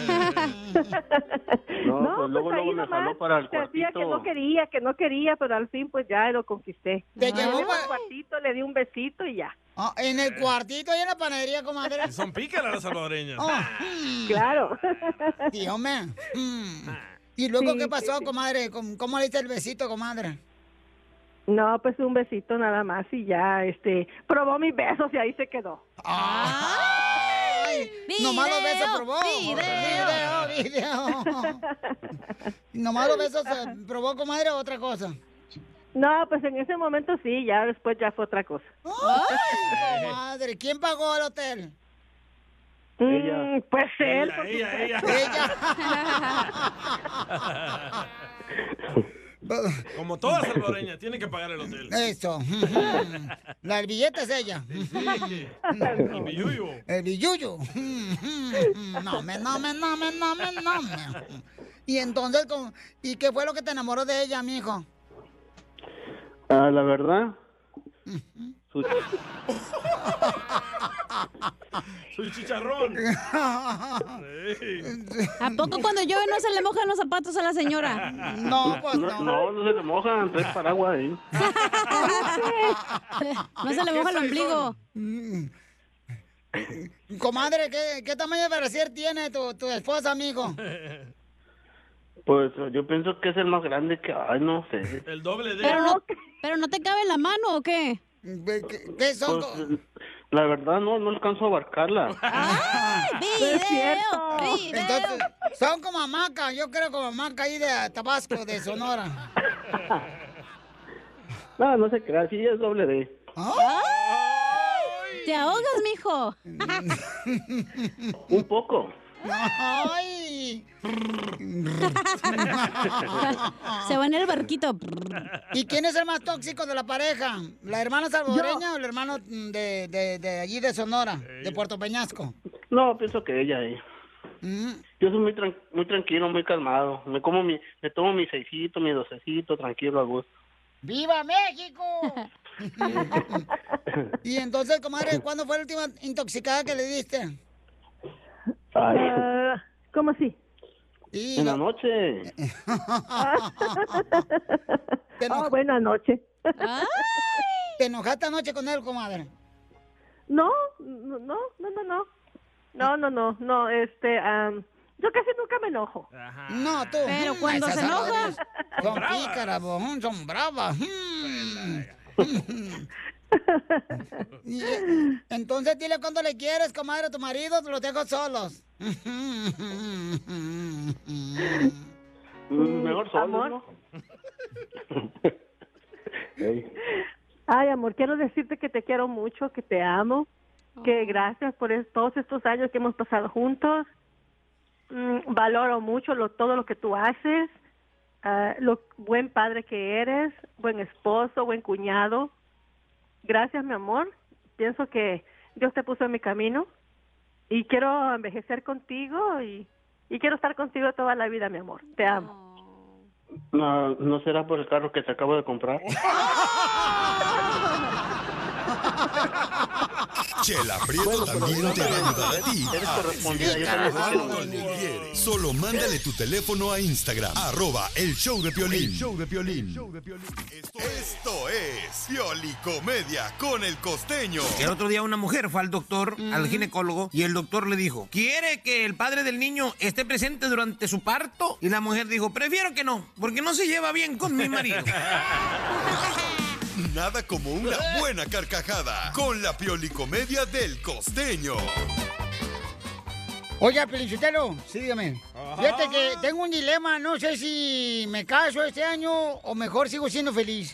No, No, pues luego, pues ahí luego me nomás jaló para el se hacía que no cuartito. quería, que no quería, pero al fin pues ya lo conquisté. Te Le llevó di un pa- cuartito, le di un besito y ya. Ah, en el cuartito, ahí en la panadería, comadre. Son pícaras las salvadoreñas. Oh, mm. Claro. Dios mío. Mm. ¿Y luego Sí, qué pasó, sí, sí. comadre? ¿Cómo, cómo le diste el besito, comadre? No, pues un besito nada más y ya, este, probó mis besos y ahí se quedó. ¡Ay! Nomás los besos probó. video. Video, video. Nomás los besos eh, probó, comadre, o otra cosa. No, pues en ese momento sí, ya después ya fue otra cosa. ¡Ay, comadre! ¿Quién pagó el hotel? Mm, pues él. Ella, por ella, supuesto. ella. Como toda salvadoreña, tiene que pagar el hotel. Eso. La del billete es ella. El billuyo. El billuyo. No me, no me, no me, no me, no me. Y entonces, ¿cómo- ¿y qué fue lo que te enamoró de ella, mijo? Ah, la verdad. Su- Soy chicharrón. ¿A poco cuando llueve no se le mojan los zapatos a la señora? No, pues No, no, no se le mojan, trae paraguas ahí. No se le moja el ombligo. Comadre, ¿qué, qué tamaño de brasier tiene tu, tu esposa, amigo? Pues yo pienso que es el más grande que hay, no sé. El doble de... Pero no, pero no te cabe en la mano, ¿o qué? ¿Qué, qué son? Pues, la verdad no, no alcanzo a abarcarla. ¡Video! ¡Video! Entonces, son como hamaca, yo creo como hamaca ahí de Tabasco, de Sonora. No, no se crea, sí es doble D. ¡Te ahogas, mijo! Un poco. ¡Ay! Se va en el barquito. ¿Y quién es el más tóxico de la pareja? ¿La hermana salvadoreña o el hermano de, de, de allí de Sonora, de Puerto Peñasco? No, pienso que ella ahí. Yo soy muy tran- muy tranquilo, muy calmado. Me como mi, me tomo mi seisito, mi docecito, tranquilo, a gusto. ¡Viva México! Y entonces, comadre, ¿cuándo fue la última intoxicada que le diste? Ay, Ah, ¿Cómo así? Y en la lo- noche. ¿Te, eno- Oh, buena noche. ¿Te enojaste anoche con él, comadre? No, no, no, no, no, no. No, no, no, no, este, am, yo casi nunca me enojo. No, tú. Pero Mm, cuando esas se enoja, salvadoreñas Son pícaras, bojón, son bravas. Mm. Y, entonces dile cuánto le quieres, comadre, a tu marido, te los dejo solos. Mejor solo, Amor. ¿no? Ay, amor, quiero decirte que te quiero mucho, que te amo, que gracias por es- todos estos años que hemos pasado juntos. Mm, valoro mucho lo, todo lo que tú haces, ah, lo buen padre que eres, buen esposo, buen cuñado. Gracias, mi amor. Pienso que Dios te puso en mi camino y quiero envejecer contigo y, y quiero estar contigo toda la vida, mi amor. Te amo. No, ¿no será por el carro que te acabo de comprar? Chela Prieto también te va a ayudar a ti Eres a correspondida, decirle yo también cuánto le quieres. Solo mándale tu teléfono a Instagram, arroba el show de Piolín. El show de Piolín. Esto, esto es Piolicomedia con el Costeño. El otro día una mujer fue al doctor, al ginecólogo, y el doctor le dijo, ¿quiere que el padre del niño esté presente durante su parto? Y la mujer dijo, prefiero que no, porque no se lleva bien con mi marido. Nada como una buena carcajada con la Piolicomedia del Costeño. Oiga, Pelichotelo, sí, dígame. Fíjate que tengo un dilema, no sé si me caso este año o mejor sigo siendo feliz.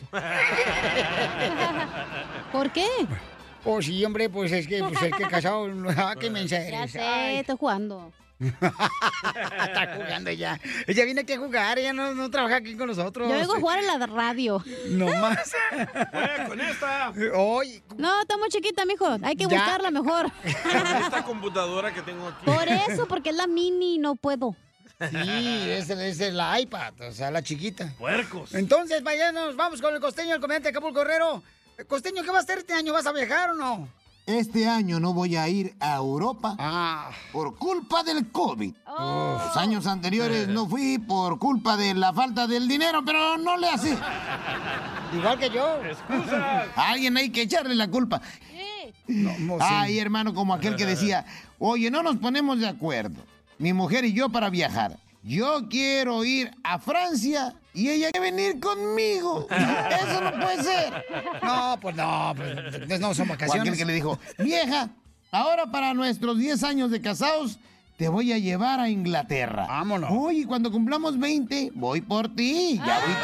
¿Por qué? Pues sí, hombre, pues es que pues, el que casado, ah, qué mensa Ya eres. sé, estoy jugando. Está jugando ya. Ella viene aquí a jugar, ella no, no trabaja aquí con nosotros. Yo vengo a jugar en la radio. No más. Juega con esta. Oye. No, está muy chiquita, mijo. Hay que Ya. buscarla mejor. Esta computadora que tengo aquí. Por eso, porque es la mini y no puedo. Sí, es, el- es el iPad, o sea, la chiquita. Puercos. Entonces, vaya, nos vamos con el Costeño, el comediante de Acapulco Guerrero. Costeño, ¿qué vas a hacer este año? ¿Vas a viajar o no? Este año no voy a ir a Europa Ah. por culpa del COVID. Los años anteriores no fui por culpa de la falta del dinero, pero no le hace. Igual que yo. Excusas. A alguien hay que echarle la culpa. No, no, sí. Ay, hermano, como aquel que decía, oye, no nos ponemos de acuerdo, mi mujer y yo, para viajar. Yo quiero ir a Francia y ella quiere venir conmigo. Eso no puede ser. No, pues no, pues no son O aquel vacaciones. que le dijo, vieja, ahora para nuestros diez años de casados, te voy a llevar a Inglaterra. Vámonos. Oye, cuando cumplamos veinte, voy por ti. Ya voy y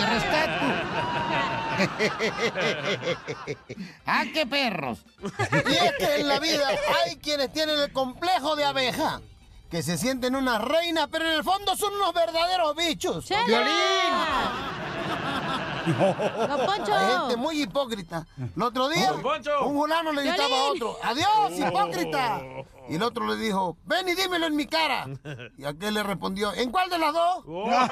te rescato. ¡Ah, qué perros! Y es que en la vida hay quienes tienen el complejo de abeja, que se sienten una reina, pero en el fondo son unos verdaderos bichos. ¡Violín! ¡Don Poncho! Hay gente muy hipócrita. El otro día, Don Poncho. un fulano le gritaba a otro, ¡adiós, hipócrita! Y el otro le dijo, ven y dímelo en mi cara. Y aquel le respondió, ¿en cuál de las dos?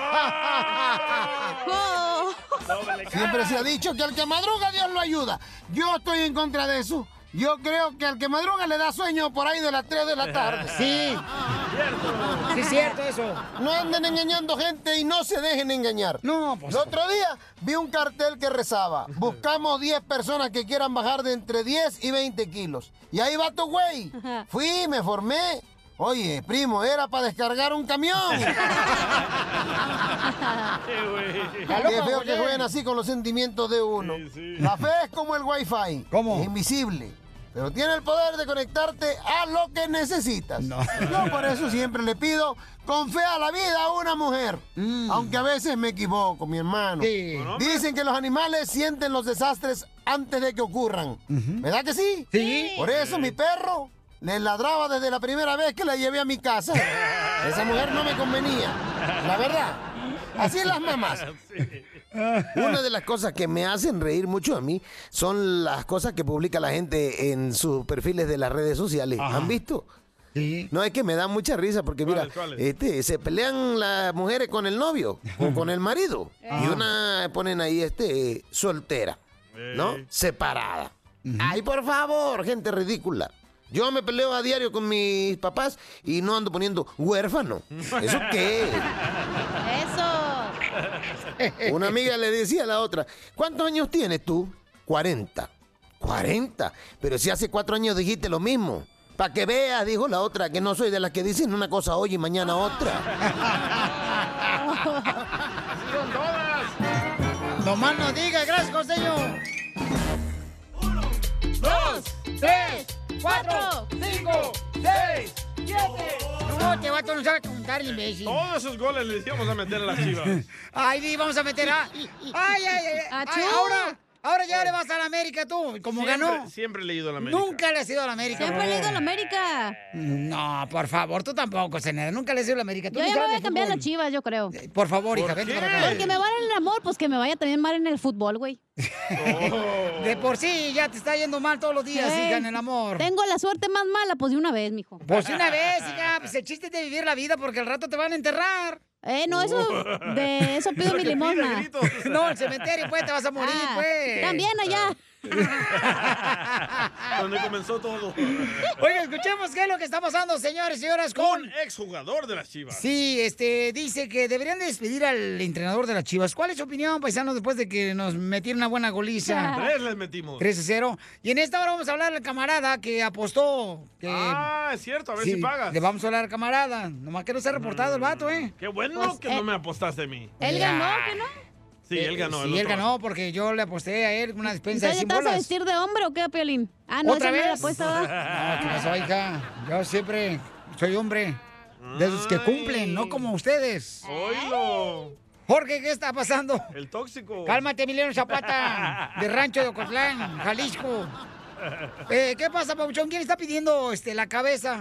Siempre se ha dicho que al que madruga Dios lo ayuda. Yo estoy en contra de eso. Yo creo que al que madruga le da sueño por ahí de las tres de la tarde. Sí. Sí, es cierto eso. No anden engañando gente y no se dejen engañar. No, pues. El otro día vi un cartel que rezaba, buscamos diez personas que quieran bajar de entre diez y veinte kilos. Y ahí va tu güey. Fui, me formé. Oye, primo, era para descargar un camión. Qué feo que jueguen así con los sentimientos de uno. La fe es como el wifi. ¿Cómo? Es invisible. Pero tiene el poder de conectarte a lo que necesitas. No. Yo por eso siempre le pido con fe a la vida a una mujer. Mm. Aunque a veces me equivoco, mi hermano. Sí. Dicen que los animales sienten los desastres antes de que ocurran. ¿Verdad que sí? Sí. Por eso mi perro le ladraba desde la primera vez que la llevé a mi casa. Esa mujer no me convenía. La verdad. Así las mamás. Una de las cosas que me hacen reír mucho a mí son las cosas que publica la gente en sus perfiles de las redes sociales. Ajá. ¿Han visto? Sí. No, es que me da mucha risa porque mira, ¿Cuáles, cuáles? este, se pelean las mujeres con el novio o con el marido. Y una ponen ahí este soltera, ¿no? Ey. Separada. Ay, por favor, gente ridícula. Yo me peleo a diario con mis papás y no ando poniendo huérfano. ¿Eso qué? ¡Eso! Una amiga le decía a la otra, ¿cuántos años tienes tú? cuarenta. ¿cuarenta? Pero si hace cuatro años dijiste lo mismo. Para que veas, dijo la otra, que no soy de las que dicen una cosa hoy y mañana otra. Son todas. No más no diga, gracias, Costeño. ocho, cinco, seis, siete. No, te vato no sabe contar, imbécil. Todos esos goles les íbamos a meter a las Chivas. Ay, di, vamos a meter a... Ay, ay, ay, ay, ahora... Ahora ya le vas a la América tú, como Siempre- ganó. Siempre le he ido a la América. Nunca le has ido a la América. Siempre le he ido a la América. No, por favor, tú tampoco, Zeneda. Nunca le has ido a la América. Tú Yo ni ya me sabes voy a de cambiar a fútbol. las Chivas, yo creo. Por favor, hija, ¿Por vente qué? para acá. Porque me va en el amor, pues que me vaya también mal en el fútbol, güey. De por sí ya te está yendo mal todos los días, Ey, hija, en el amor. Tengo la suerte más mala, pues de una vez, mijo. Pues de una vez, hija, pues el chiste es de vivir la vida porque al rato te van a enterrar. Eh, no, eso, de eso pido mi limosna. No, el cementerio, pues, te vas a morir, Ah, pues. También allá. Donde comenzó todo. Oiga, escuchemos qué es lo que está pasando, señores y señoras, con... Un exjugador de las Chivas. Sí, este, dice que deberían despedir al entrenador de las Chivas. ¿Cuál es su opinión, paisanos, después de que nos metieron una buena goliza? Tres les metimos. tres a cero. Y en esta hora vamos a hablar al camarada que apostó. Que... Ah, es cierto, a ver Sí, si pagas. Le vamos a hablar al camarada. Nomás que no se ha reportado el vato, ¿eh? Qué bueno Pues, que eh, no me apostaste a mí. Él ganó, ¿qué no? Sí, él ganó. el Sí, él otro. ganó porque yo le aposté a él una despensa de ¿Entonces ya cien te vas a bolas. vestir de hombre o qué, Piolín? Ah, no, ¿Otra esa no era vez? la apuesta, ¿verdad? No, ¿qué pasó, hija? Yo siempre soy hombre. De esos que cumplen, no como ustedes. Oílo. Jorge, ¿qué está pasando? El tóxico. Cálmate, Emiliano Zapata, de Rancho de Ocotlán, Jalisco. Eh, ¿Qué pasa, Pauchón? ¿Quién está pidiendo este, la cabeza?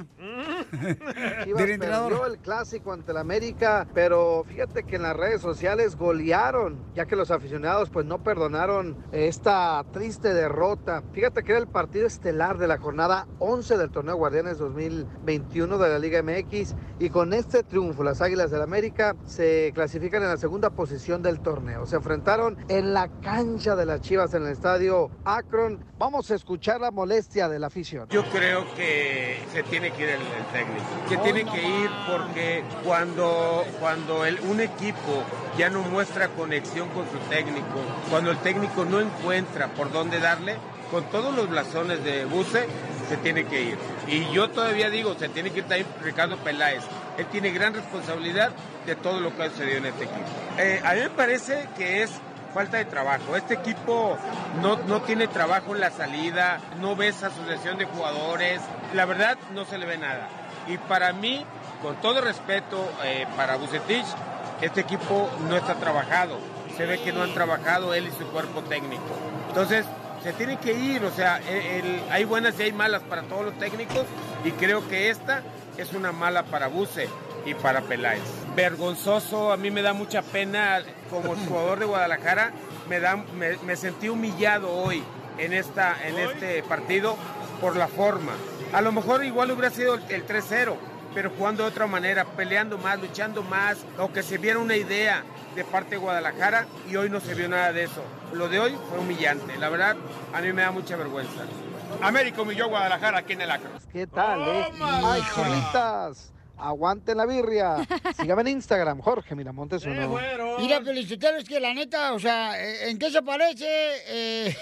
Chivas Del entrenador. perdió el clásico ante el América, pero fíjate que en las redes sociales golearon, ya que los aficionados pues no perdonaron esta triste derrota. Fíjate que era el partido estelar de la jornada once del torneo Guardianes dos mil veintiuno de la Liga M X, y con este triunfo las Águilas del América se clasifican en la segunda posición del torneo. Se enfrentaron en la cancha de las Chivas en el estadio Akron. Vamos a escuchar la molestia de la afición. Yo creo que se tiene que ir el, el técnico, que tiene que ir porque cuando, cuando el, un equipo ya no muestra conexión con su técnico, cuando el técnico no encuentra por dónde darle, con todos los blasones de Buse, se tiene que ir. Y yo todavía digo, se tiene que ir también Ricardo Peláez. Él tiene gran responsabilidad de todo lo que ha sucedido en este equipo. Eh, a mí me parece que es falta de trabajo. Este equipo no, no tiene trabajo en la salida, no ves asociación de jugadores, la verdad no se le ve nada. Y para mí, con todo respeto eh, para Vucetich, este equipo no está trabajado. Se ve que no han trabajado él y su cuerpo técnico. Entonces, se tiene que ir, o sea, el, el, hay buenas y hay malas para todos los técnicos, y creo que esta es una mala para Buce y para Peláez. Vergonzoso, a mí me da mucha pena como jugador de Guadalajara, me, da, me, me sentí humillado hoy en, esta, en este partido por la forma. A lo mejor igual hubiera sido el, el tres cero, pero jugando de otra manera, peleando más, luchando más, o que se viera una idea de parte de Guadalajara, y hoy no se vio nada de eso. Lo de hoy fue humillante, la verdad, a mí me da mucha vergüenza. América humilló a Guadalajara aquí en el Akron. ¿Qué tal, eh? ¡Ay, chulitas! Aguanten la birria. Sígame en Instagram, Jorge Miramontes uno. Mira, Felicitero, es que la neta, o sea, ¿en qué se parece eh,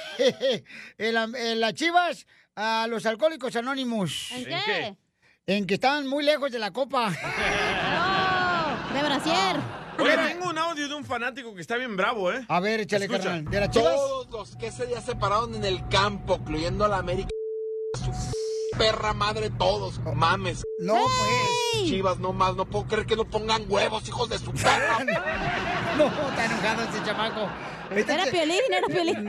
el, el- las Chivas a los Alcohólicos Anónimos? ¿En qué? ¿En qué? En que están muy lejos de la copa. ¡No! ¡De brasier! Oye, tengo un audio de un fanático que está bien bravo, ¿eh? A ver, échale, Escucha. carnal. ¿De las Chivas? Todos los que ese día se pararon en el campo, incluyendo a la América, su perra madre, todos, mames. No, pues. Chivas, no más, no puedo creer que no pongan huevos, hijos de su perra. No, está enojado ese chamaco. Era Piolín, era Piolín.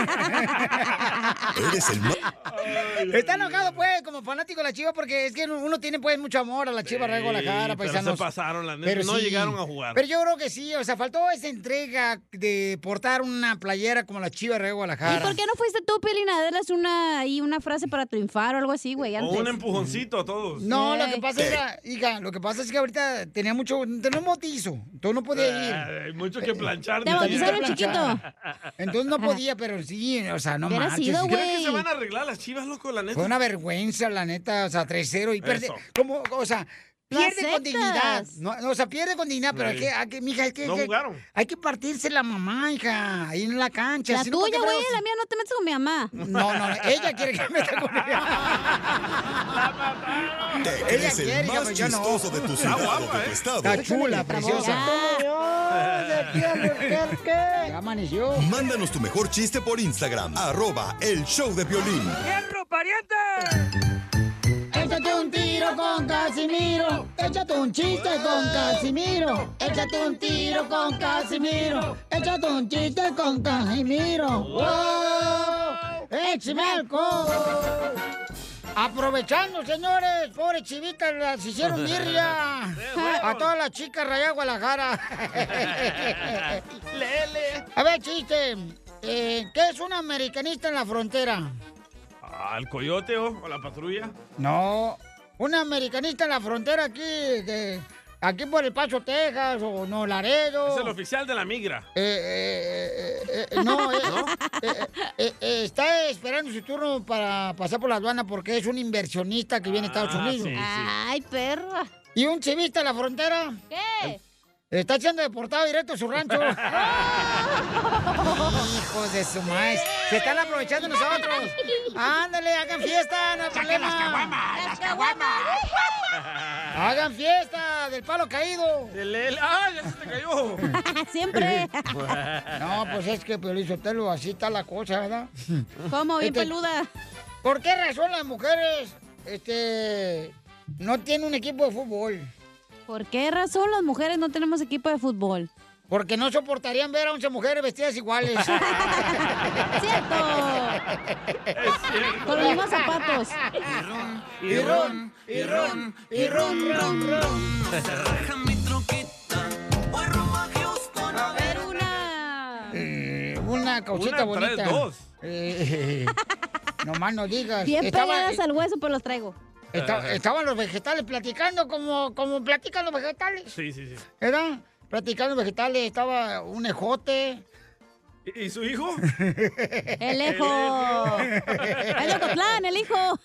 Eres el más... Está enojado, pues, como fanático de la Chiva, porque es que uno tiene, pues, mucho amor a la Chiva de Guadalajara, pero paisanos. se pasaron, la neta, no llegaron a jugar. Pero yo creo que sí, o sea, faltó esa entrega de portar una playera como la Chiva de Guadalajara. ¿Y por qué no fuiste tú, Piolín, a darles una, ahí una frase para triunfar o algo así, güey, O antes? un empujoncito a todos. No, lo que pasa es que, hija, lo que pasa es que ahorita tenía mucho, tenía un bautizo, entonces no podía ir. Ah, Hay mucho que planchar. Te dice. bautizaron chiquito. Entonces no podía, pero sí, o sea, no Hubiera manches. sido, ¿Crees que se van a arreglar las Chivas, loco, la neta? Fue una vergüenza, la neta, o sea, tres cero y pierde, Eso. como, o sea, Lo pierde con dignidad. aceptas. No, no, o sea, pierde con dignidad, pero hay Sí. que, hay que, mija, es que, No que- jugaron. hay que partirse la mamá, hija, ahí en la cancha. La si no, ¿por tuya, qué güey, fregados? la mía no te metes con mi mamá. No, no, ella quiere que me meta con ella. Te Ella crees el quiere, hija, más pero yo no. chistoso de tu Está ciudad o guapa, de tu ¿eh? estado. Está chula, preciosa. Ya amaneció. Mándanos tu mejor chiste por Instagram, arroba el show de Piolín. ¡Fierro, pariente! Échate un tiro con Casimiro. Échate un chiste con Casimiro. Échate un tiro con Casimiro. Échate un chiste con Casimiro. ¡Wow! ¡Échame alcohol! Aprovechando, señores, pobres chivitas, las hicieron birria. A todas las chicas rayadas de Guadalajara. Lele. A ver, chiste. Eh, ¿Qué es un americanista en la frontera? ¿Al coyote o, o la patrulla? No, un americanista en la frontera aquí, de, aquí por El Paso, Texas, o no, Laredo. Es el oficial de la migra. Eh, eh, eh, eh, no, eh, ¿No? eh, eh, eh, está esperando su turno para pasar por la aduana porque es un inversionista que viene a Estados Ah, Unidos. sí, sí. Ay, perra. ¿Y un chivista en la frontera? ¿Qué? Está siendo deportado directo a su rancho. Hijos de su madre. Se están aprovechando de nosotros. Ándale, hagan fiesta, no hay problema. las caguamas, las caguamas. Hagan fiesta del palo caído. De Lele. ¡Ah, ya se te cayó! Siempre. No, pues es que, Piolín Sotelo, así está la cosa, ¿verdad? ¿Cómo? Bien Este, peluda. ¿Por qué razón las mujeres, este, no tienen un equipo de fútbol? ¿Por qué razón las mujeres no tenemos equipo de fútbol? Porque no soportarían ver a once mujeres vestidas iguales. ¡Cierto! Con los mismos zapatos. Y ron, y ron, y ron, ron, ron. Se raja mi troquita. Voy rumbo a Houston a ver una. Eh, una cauchita Una, traes bonita. dos. Eh, no más no digas. Bien Estaba- pegadas al hueso, pero los traigo. esta- estaban los vegetales platicando como, como platican los vegetales. Sí, sí, sí. ¿Verdad? Platicando vegetales, estaba un ejote. ¿Y, y su hijo? El hijo. El Ocotlán, el hijo.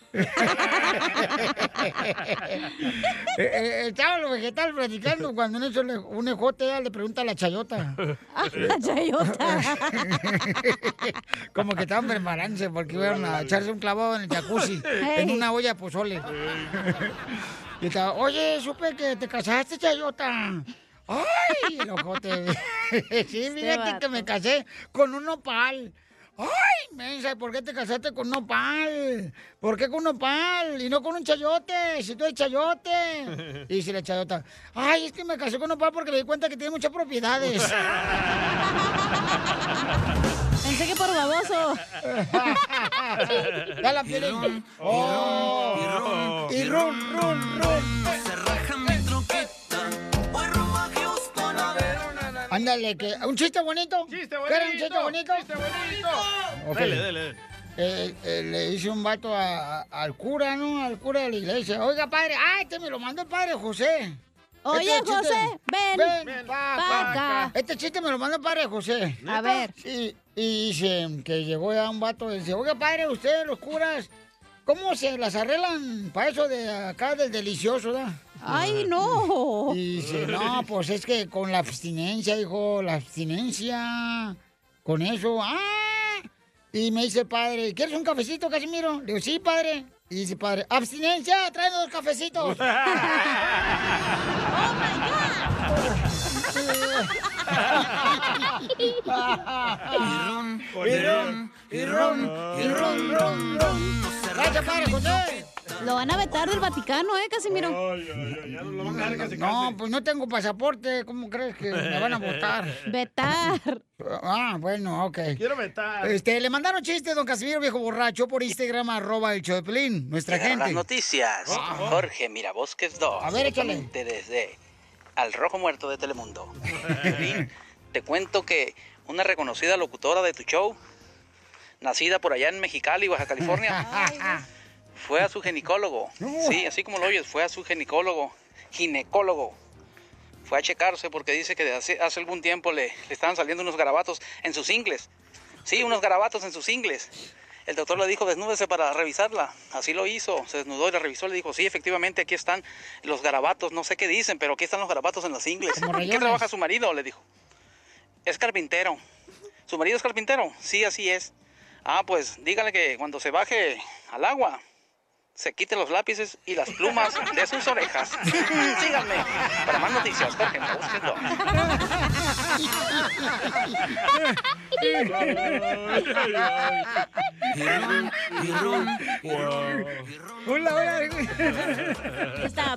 Eh, eh, estaban los vegetales platicando cuando en eso le- un ejote ya le pregunta a la chayota. Ah, la chayota. Como que estaban preparándose porque iban a echarse un clavado en el jacuzzi, Hey. en una olla de pozole. Y estaba, oye, supe que te casaste, chayota. ¡Ay! El ojote. Sí, fíjate vato. que me casé con un nopal. ¡Ay, mensa! ¿Por qué te casaste con un nopal? ¿Por qué con un nopal? Y no con un chayote, si tú eres chayote. Y dice la chayota, ¡ay, es que me casé con un nopal porque me di cuenta que tiene muchas propiedades! Pensé que por baboso. Ya la Piolín. ¡Oh! Y ron, ron, ron. Se raja mi troquita. Voy rumbo a Houston a ver una. Ándale, que un chiste bonito. ¡Chiste ¿Qué era un chiste bonito! bonito? ¡Chiste bonito! Ok. Dele, dele, dele. Eh, eh, le hice un vato a- a- al cura, ¿no? Al cura de la iglesia. Oiga, padre, ¡ay, este me lo mandó el padre José! Oye, Este chiste- José, ven, ven, ven pa, pa' pa. acá. Este chiste me lo mandó el padre José. A ver. Y, y dice que llegó ya un vato y dice, oiga, padre, ustedes los curas, ¿cómo se las arreglan para eso de acá del delicioso, da? Ay, no. Y dice, no, pues es que con la abstinencia, hijo, la abstinencia, con eso, ah. Y me dice el padre, ¿quieres un cafecito, Casimiro? Le digo, sí, padre. Y dice el padre, abstinencia, tráeme dos cafecitos. Y ron, y ron, y ron, ron, ron. Gracias, padre José. Lo van a vetar del Vaticano, ¿eh, Casimiro? Ay, ay, ay, ya no lo van a dejar que se No, case. pues no tengo pasaporte, ¿cómo crees que me van a votar? Vetar. Ah, bueno, ok. Quiero vetar. Este, le mandaron chistes, don Casimiro Viejo Borracho, por Instagram, arroba el show de Pelín, nuestra Llegaron gente. las noticias. Jorge Mirabosques dos. A ver, échale. directamente desde Al Rojo Muerto de Telemundo. Piolín, te cuento que una reconocida locutora de tu show, nacida por allá en Mexicali, Baja California, fue a su ginecólogo. Sí, así como lo oyes, fue a su ginecólogo. Ginecólogo. Fue a checarse porque dice que hace, hace algún tiempo le, le estaban saliendo unos garabatos en sus ingles. Sí, unos garabatos en sus ingles. El doctor le dijo, desnúdese para revisarla. Así lo hizo, se desnudó y la revisó. Le dijo, sí, efectivamente, aquí están los garabatos. No sé qué dicen, pero aquí están los garabatos en las ingles. Como ¿En qué rayones. trabaja su marido? Le dijo. Es carpintero. ¿Su marido es carpintero? Sí, así es. Ah, pues dígale que cuando se baje al agua, se quite los lápices y las plumas de sus orejas. Síganme para más noticias. Jorge, me busques dos. Y ron, Hola, hola. Está...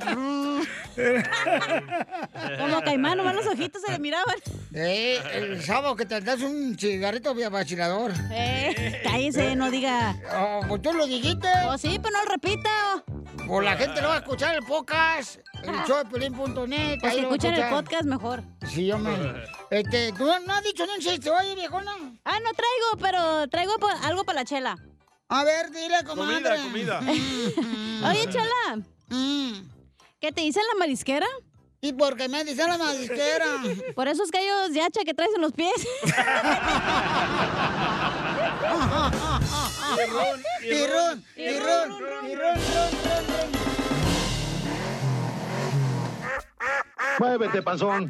Como caimán, nomás los ojitos se le miraban. Eh, el sábado que te das un cigarrito vacilador. Eh, cállese, no diga. Oh, pues tú lo dijiste. Oh, sí, pero no lo repita. Pues la gente lo va a escuchar el podcast, el show de Piolín punto net. Pues que escuchen el podcast mejor. Sí, hombre. Este, tú no has dicho ni un chiste, oye, viejona. Ah, no traigo, pero traigo pa- algo para la chela. A ver, dile, comadre. Comida, comida. Oye, chela. ¿Qué te dicen la marisquera? ¿Y por qué me dicen la marisquera? Por esos callos de hacha que traes en los pies. Tirón, tirón, tirón, Muévete, panzón.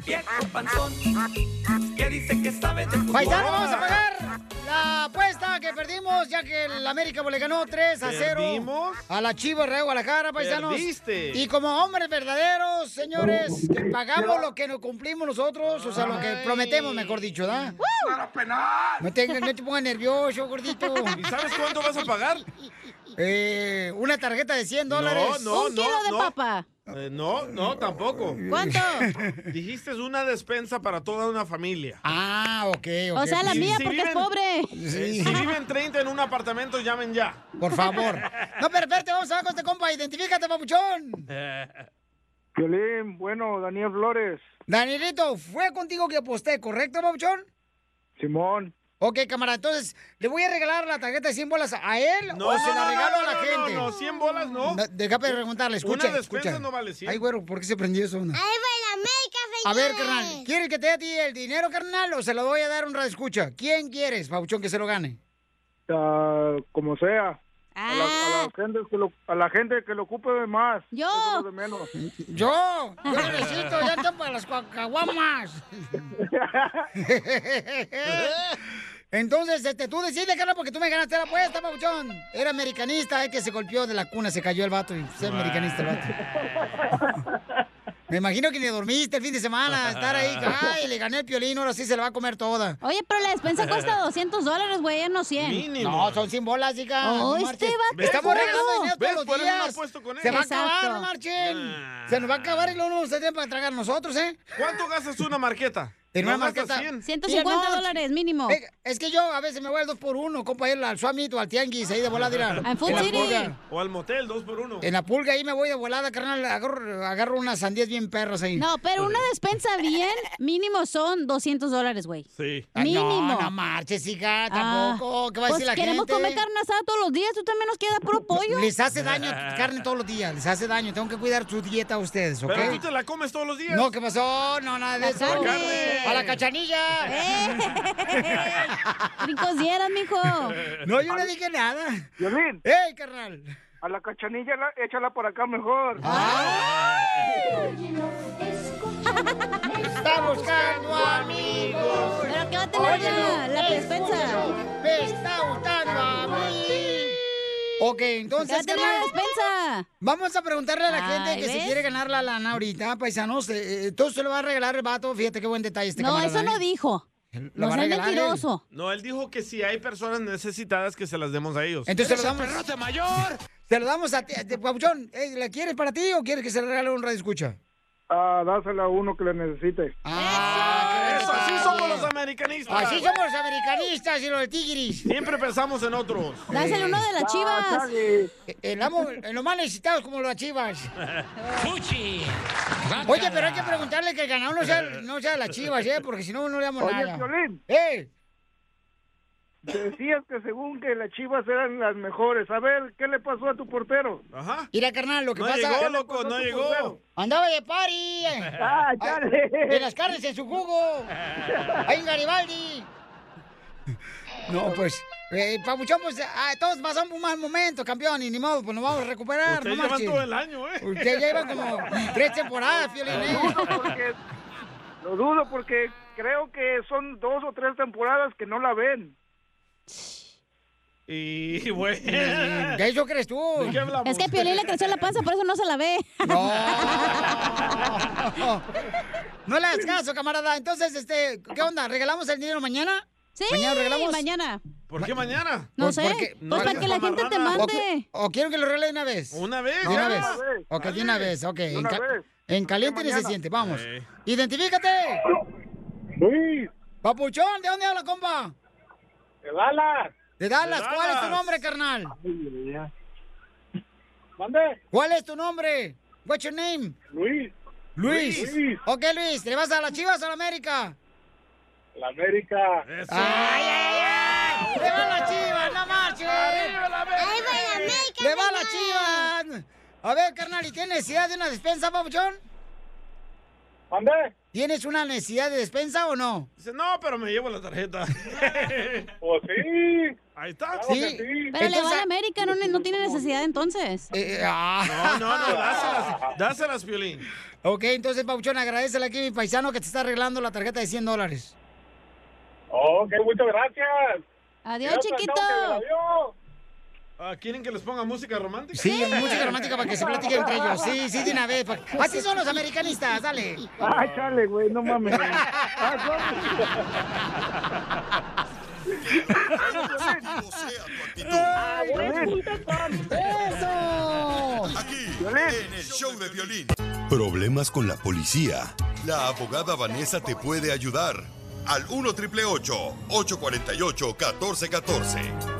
Que dice que sabe de Paisano, vamos a pagar la apuesta que perdimos, ya que el América le ganó tres a cero ¿Perdimos? a la Chivas Real Guadalajara, paisanos. Perdiste. Y como hombres verdaderos, señores, que pagamos lo que nos cumplimos nosotros, o sea, lo que prometemos, mejor dicho, ¿da? No te, no te pongas nervioso, gordito. ¿Y sabes cuánto vas a pagar? Eh, una tarjeta de cien dólares. No, no, Un kilo no, de no. papa. Eh, no, no, tampoco. ¿Cuánto? Dijiste una despensa para toda una familia. Ah, ok, ok. O sea, la Si- mía, si porque es viven- pobre. Eh, Si viven treinta en un apartamento, llamen ya. Por favor. No, pero espérate, vamos a ver con este compa. Identifícate, papuchón. Piolín, bueno, Daniel Flores. Danielito, fue contigo que aposté, ¿correcto, papuchón? Simón. Ok, camarada, entonces, ¿le voy a regalar la tarjeta de cien bolas a él No, o se la no, regalo no, a la no, gente? no, no, cien bolas no. Déjame preguntarle, escucha, Una despensa escucha. no vale cien. Ay, güero, ¿por qué se prendió eso? Ahí va el América, señores. A ver, carnal, ¿quieres que te dé a ti el dinero, carnal, o se lo voy a dar a un radio escucha? ¿Quién quieres, papuchón, que se lo gane? Ah, como sea. Ah. A, la, a, la gente que lo, a la gente que lo ocupe más. Yo. Eso es lo de menos. Yo, yo necesito, ya tengo para las caguamas. Entonces, este, tú decides, carnal, porque tú me ganaste la apuesta, papuchón. Era americanista, eh, que se golpeó de la cuna, se cayó el vato y es americanista el vato. Me imagino que ni dormiste el fin de semana, estar ahí, ay, le gané el Piolín, ahora sí se la va a comer toda. Oye, pero la despensa cuesta doscientos dólares, güey, ya no cien. Mínimo. No, son cien bolas, hija. Oh, no este marches. vato Le estamos es regalando bueno. dinero ¿Ves? todos los Por eso no días. apuesto con él. Se va a Exacto. acabar, no marchen. Se nos va a acabar y luego no vamos a tener para tragar nosotros, ¿eh? ¿Cuánto gastas una marqueta? En No una gastas marqueta. cien. ciento Mira, cincuenta no, dólares mínimo. Eh, Es que yo a veces me voy al dos por uno, compa, ir al Suamit o al Tianguis, ahí de volada, mira. En Food la City. pulga. O al motel, dos por uno. En la pulga ahí me voy de volada, carnal, agarro, agarro unas sandías bien perras ahí. No, pero una despensa bien, mínimo son doscientos dólares, güey. Sí. Ay, mínimo. No, no marches, hija, tampoco. ¿Qué va a Pues decir la queremos gente? comer carne asada todos los días, tú también nos queda puro pollo. Les hace daño carne todos los días, les hace daño. Tengo que cuidar su dieta a ustedes, ¿ok? Pero tú te la comes todos los días. No, ¿qué pasó? No, nada de La eso. carne. A la cachanilla. ¡Eh! Brincos dieras, mijo. No, yo no dije nada. Piolín, ¡Ey, carnal! a la cachanilla la- échala por acá mejor. Está buscando amigos. ¿Pero qué va a tener la, la despensa? Me está gustando a mí. Ok, ¿Qué va a entonces, tener la carnal, despensa? vamos a preguntarle a la gente Ay, que se ¿ves? quiere ganar la lana ahorita, paisanos. Eh, eh, todo se lo va a regalar el vato. Fíjate qué buen detalle este No, camarada, eso no ¿eh? dijo. Lo No va a seas regalar él. mentiroso. No, él dijo que si hay personas necesitadas que se las demos a ellos. Entonces se lo damos. mayor! Se lo damos a ti, a ti, Papuchón. Eh, ¿La quieres para ti o quieres que se le regale un radio escucha? Ah, dásela a uno que le necesite. Ah, Eso, así somos los americanistas. Así somos los americanistas y los de tigris. Siempre pensamos en otros. Dásele uno de las chivas. Eh, En, amo- en lo más necesitados como las chivas. Oye, pero hay que preguntarle que el ganador no sea, no sea las chivas, ¿eh? Porque si no, no le damos Oye, nada. Piolín, ¡Eh! decías que según que las chivas eran las mejores. A ver, ¿qué le pasó a tu portero? Ajá. Mira, carnal, lo que No pasa... llegó, ¿Qué le loco, pasó a no tu llegó. portero? Andaba de party. eh. Ah, chale. De las carnes en su jugo. Ahí en Garibaldi. No, pues, eh, Papuchón, pues, ah, todos pasamos un mal momento, campeón, y ni modo, pues nos vamos a recuperar. Usted no lleva marchen. todo el año, ¿eh? Usted lleva como tres temporadas, Piolín, ¿eh? Lo dudo porque, lo dudo porque creo que son dos o tres temporadas que no la ven. Y, güey. ¿De eso crees tú? ¿De qué hablamos? Es que Piolín le creció la panza, por eso no se la ve. No. No le hagas caso, camarada. Entonces, este, ¿qué onda? ¿Regalamos el dinero mañana? Sí, ¿Mañana regalamos? mañana. ¿Por qué mañana? No Pues sé, porque- pues para que la gente te mande. ¿O, o quieren que lo regale de una vez? Una vez, De una ya. vez. Una vez. Ok, de una vez, ok. De En, una ca- vez. en caliente ni se mañana. siente, vamos. Sí. ¡Identifícate! Luis. Papuchón, ¿de dónde habla, compa? De Dallas. De Dallas, De ¿cuál es tu Dallas. nombre, carnal? ¿Mande? ¿Cuál es tu nombre? What's your name? Luis. Luis. Luis. Ok, Luis, ¿le vas a las Chivas o a la América? La América. ¡Ay, ay, ay! ay! ¡Le va a las Chivas, no marches! ¡Arriba la América! ¡Ahí va la América! ¡Le va a las Chivas! A ver, carnal, ¿y tienes necesidad de una despensa, papuchón? ¿Mande? ¿Tienes una necesidad de despensa o no? Dice, no, pero me llevo la tarjeta. Pues sí. Ahí está. Sí. Pero le va a la América, no, no tiene necesidad entonces. Eh, ah. No, no, no, dáselas, dáselas, Piolín. Ok, entonces, Pauchón, agradecele aquí a mi paisano que te está arreglando la tarjeta de cien dólares. Ok, muchas gracias. Adiós, Ya chiquito. pensaba que me la dio. Ah, ¿quieren que les ponga música romántica? Sí, música romántica para que se platiquen entre ellos. Sí, sí, de una vez. pa- Así son los americanistas, dale. Ay, chale, güey, no mames. ¡Eso! Aquí, en el show de Piolín. Problemas con la policía. La abogada Vanessa te puede ayudar. Al uno triple ocho, ocho cuatro ocho, uno cuatro uno cuatro.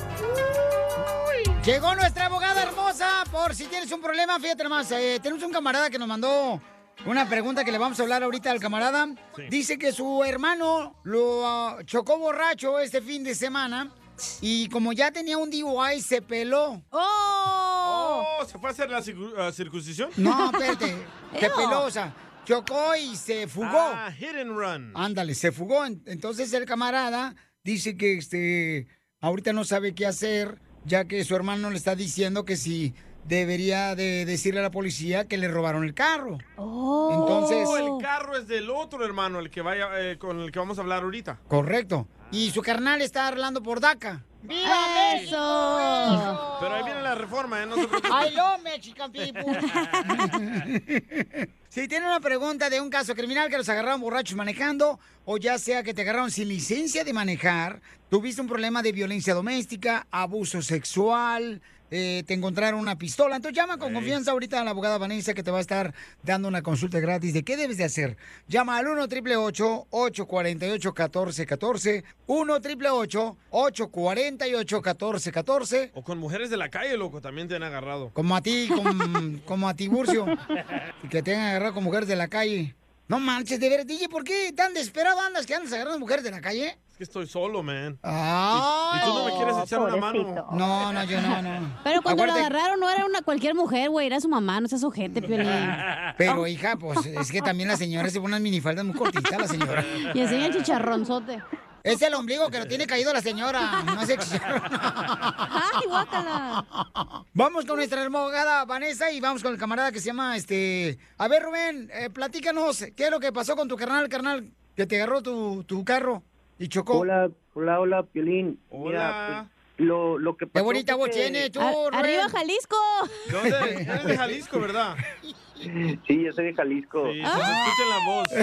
Llegó nuestra abogada hermosa, por si tienes un problema, fíjate nomás, eh, tenemos un camarada que nos mandó una pregunta que le vamos a hablar ahorita al camarada. Sí. Dice que su hermano lo ah, chocó borracho este fin de semana y como ya tenía un D U I, se peló. ¡Oh! ¿Se fue a hacer la circu- ah, circuncisión? No, espérate, se peló, o sea, chocó y se fugó. Ah, hit and run. Ándale, se fugó. En- Entonces el camarada dice que este ahorita no sabe qué hacer, ya que su hermano le está diciendo que si debería de decirle a la policía que le robaron el carro. Entonces, Oh, el carro es del otro hermano, el que vaya eh, con el que vamos a hablar ahorita. correcto. Y su carnal está arreglando por DACA. ¡Viva ¡Eso! México! Pero ahí viene la reforma, ¿eh? No se preocupe. I love Mexican people. Si tiene una pregunta de un caso criminal que los agarraron borrachos manejando, o ya sea que te agarraron sin licencia de manejar, tuviste un problema de violencia doméstica, abuso sexual, eh, te encontraron una pistola, entonces llama con Ey. confianza ahorita a la abogada Vanessa que te va a estar dando una consulta gratis de qué debes de hacer. Llama al uno triple ocho, ocho cuatro ocho, uno cuatro uno cuatro, uno triple ocho, ocho cuatro ocho, uno cuatro uno cuatro. O con mujeres de la calle, loco, también te han agarrado. Como a ti, como, como a Tiburcio, que te han agarrado con mujeres de la calle. No manches, de veras, D J, ¿por qué tan desesperado andas que andas agarrando mujeres de la calle? Es que estoy solo, man. Ay. ¿Y, y tú no me quieres echar una mano? No, no, yo no, no. Pero cuando Acuérdate- lo agarraron no era una cualquier mujer, güey, era su mamá, no seas ojete, Piolín. Pero, hija, pues es que también la señora se pone unas minifaldas muy cortitas, la señora. Y enseña el chicharronzote. Es el ombligo que lo tiene caído la señora, no es el chicharrón. ¡Ay, guácala! Vamos con nuestra abogada Vanessa y vamos con el camarada que se llama, este... A ver, Rubén, eh, platícanos, ¿qué es lo que pasó con tu carnal, carnal, que te agarró tu, tu carro y chocó? Hola, hola, hola, Piolín. Hola. Mira, pues, lo, lo que Qué pasó bonita fue voz que- tienes tú, A- Rubén. ¡Arriba, Jalisco! ¿Dónde? Eres de Jalisco, ¿verdad? Sí, yo soy de Jalisco. Sí, se me escucha en la voz.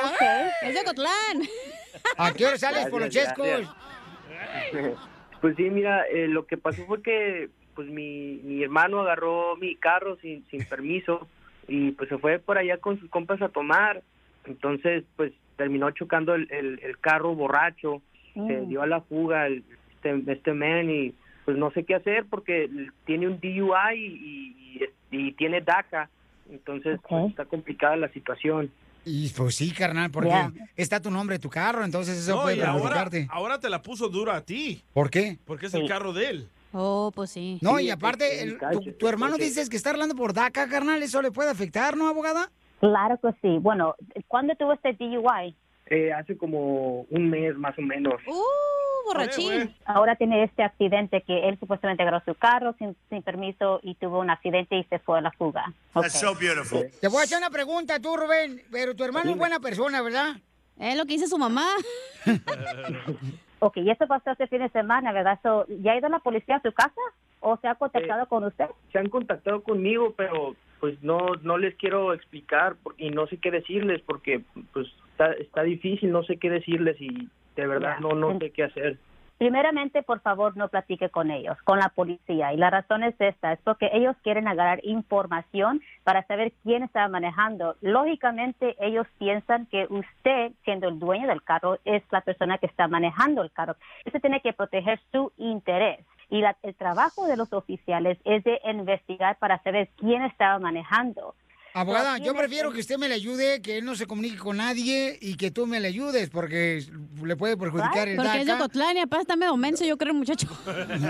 ¡Es de Cotlán! ¿A qué hora sales por los Gracias, chescos? gracias. Pues sí, mira, eh, lo que pasó fue que pues mi, mi hermano agarró mi carro sin, sin permiso y pues se fue por allá con sus compas a tomar. Entonces, pues terminó chocando el, el, el carro borracho, se Mm. dio a la fuga el, este, este man y pues no sé qué hacer porque tiene un D U I y, y, y tiene DACA. Entonces, pues, está complicada la situación. Y pues sí, carnal, porque Ya. está tu nombre, tu carro, entonces eso No, puede y ahora, perjudicarte. ahora te la puso dura a ti. ¿Por qué? Porque es el carro de él. Oh, pues sí. No, Sí, y aparte, es- es el- cacho, tu, tu hermano porque- dices que está hablando por DACA, carnal, ¿eso le puede afectar, no, abogada? Claro que sí. Bueno, ¿cuándo tuvo este D U I? Eh, hace como un mes más o menos. ¡Uh, borrachín! Ahora tiene este accidente que él supuestamente agarró su carro sin, sin permiso y tuvo un accidente y se fue a la fuga. Ok. Te voy a hacer una pregunta tú, Rubén, pero tu hermano es buena persona, ¿verdad? Es lo que dice su mamá. Ok, y eso pasó este fin de semana, ¿verdad? So, ¿ya ha ido la policía a su casa o se ha contactado con usted? Se han contactado conmigo, pero pues no no les quiero explicar por- y no sé qué decirles porque pues está, está difícil, no sé qué decirles y de verdad Ya. no no sé qué hacer. Primeramente, por favor, no platique con ellos, con la policía. Y la razón es esta, es porque ellos quieren agarrar información para saber quién estaba manejando. Lógicamente, ellos piensan que usted, siendo el dueño del carro, es la persona que está manejando el carro. Eso tiene que proteger su interés. Y la, el trabajo de los oficiales es de investigar para saber quién estaba manejando. Abogada, yo prefiero que usted me le ayude, que él no se comunique con nadie y que tú me le ayudes, porque le puede perjudicar el Porque es de D A C A. Ocotlán y aparte está medio menso, yo creo, el muchacho. Oye,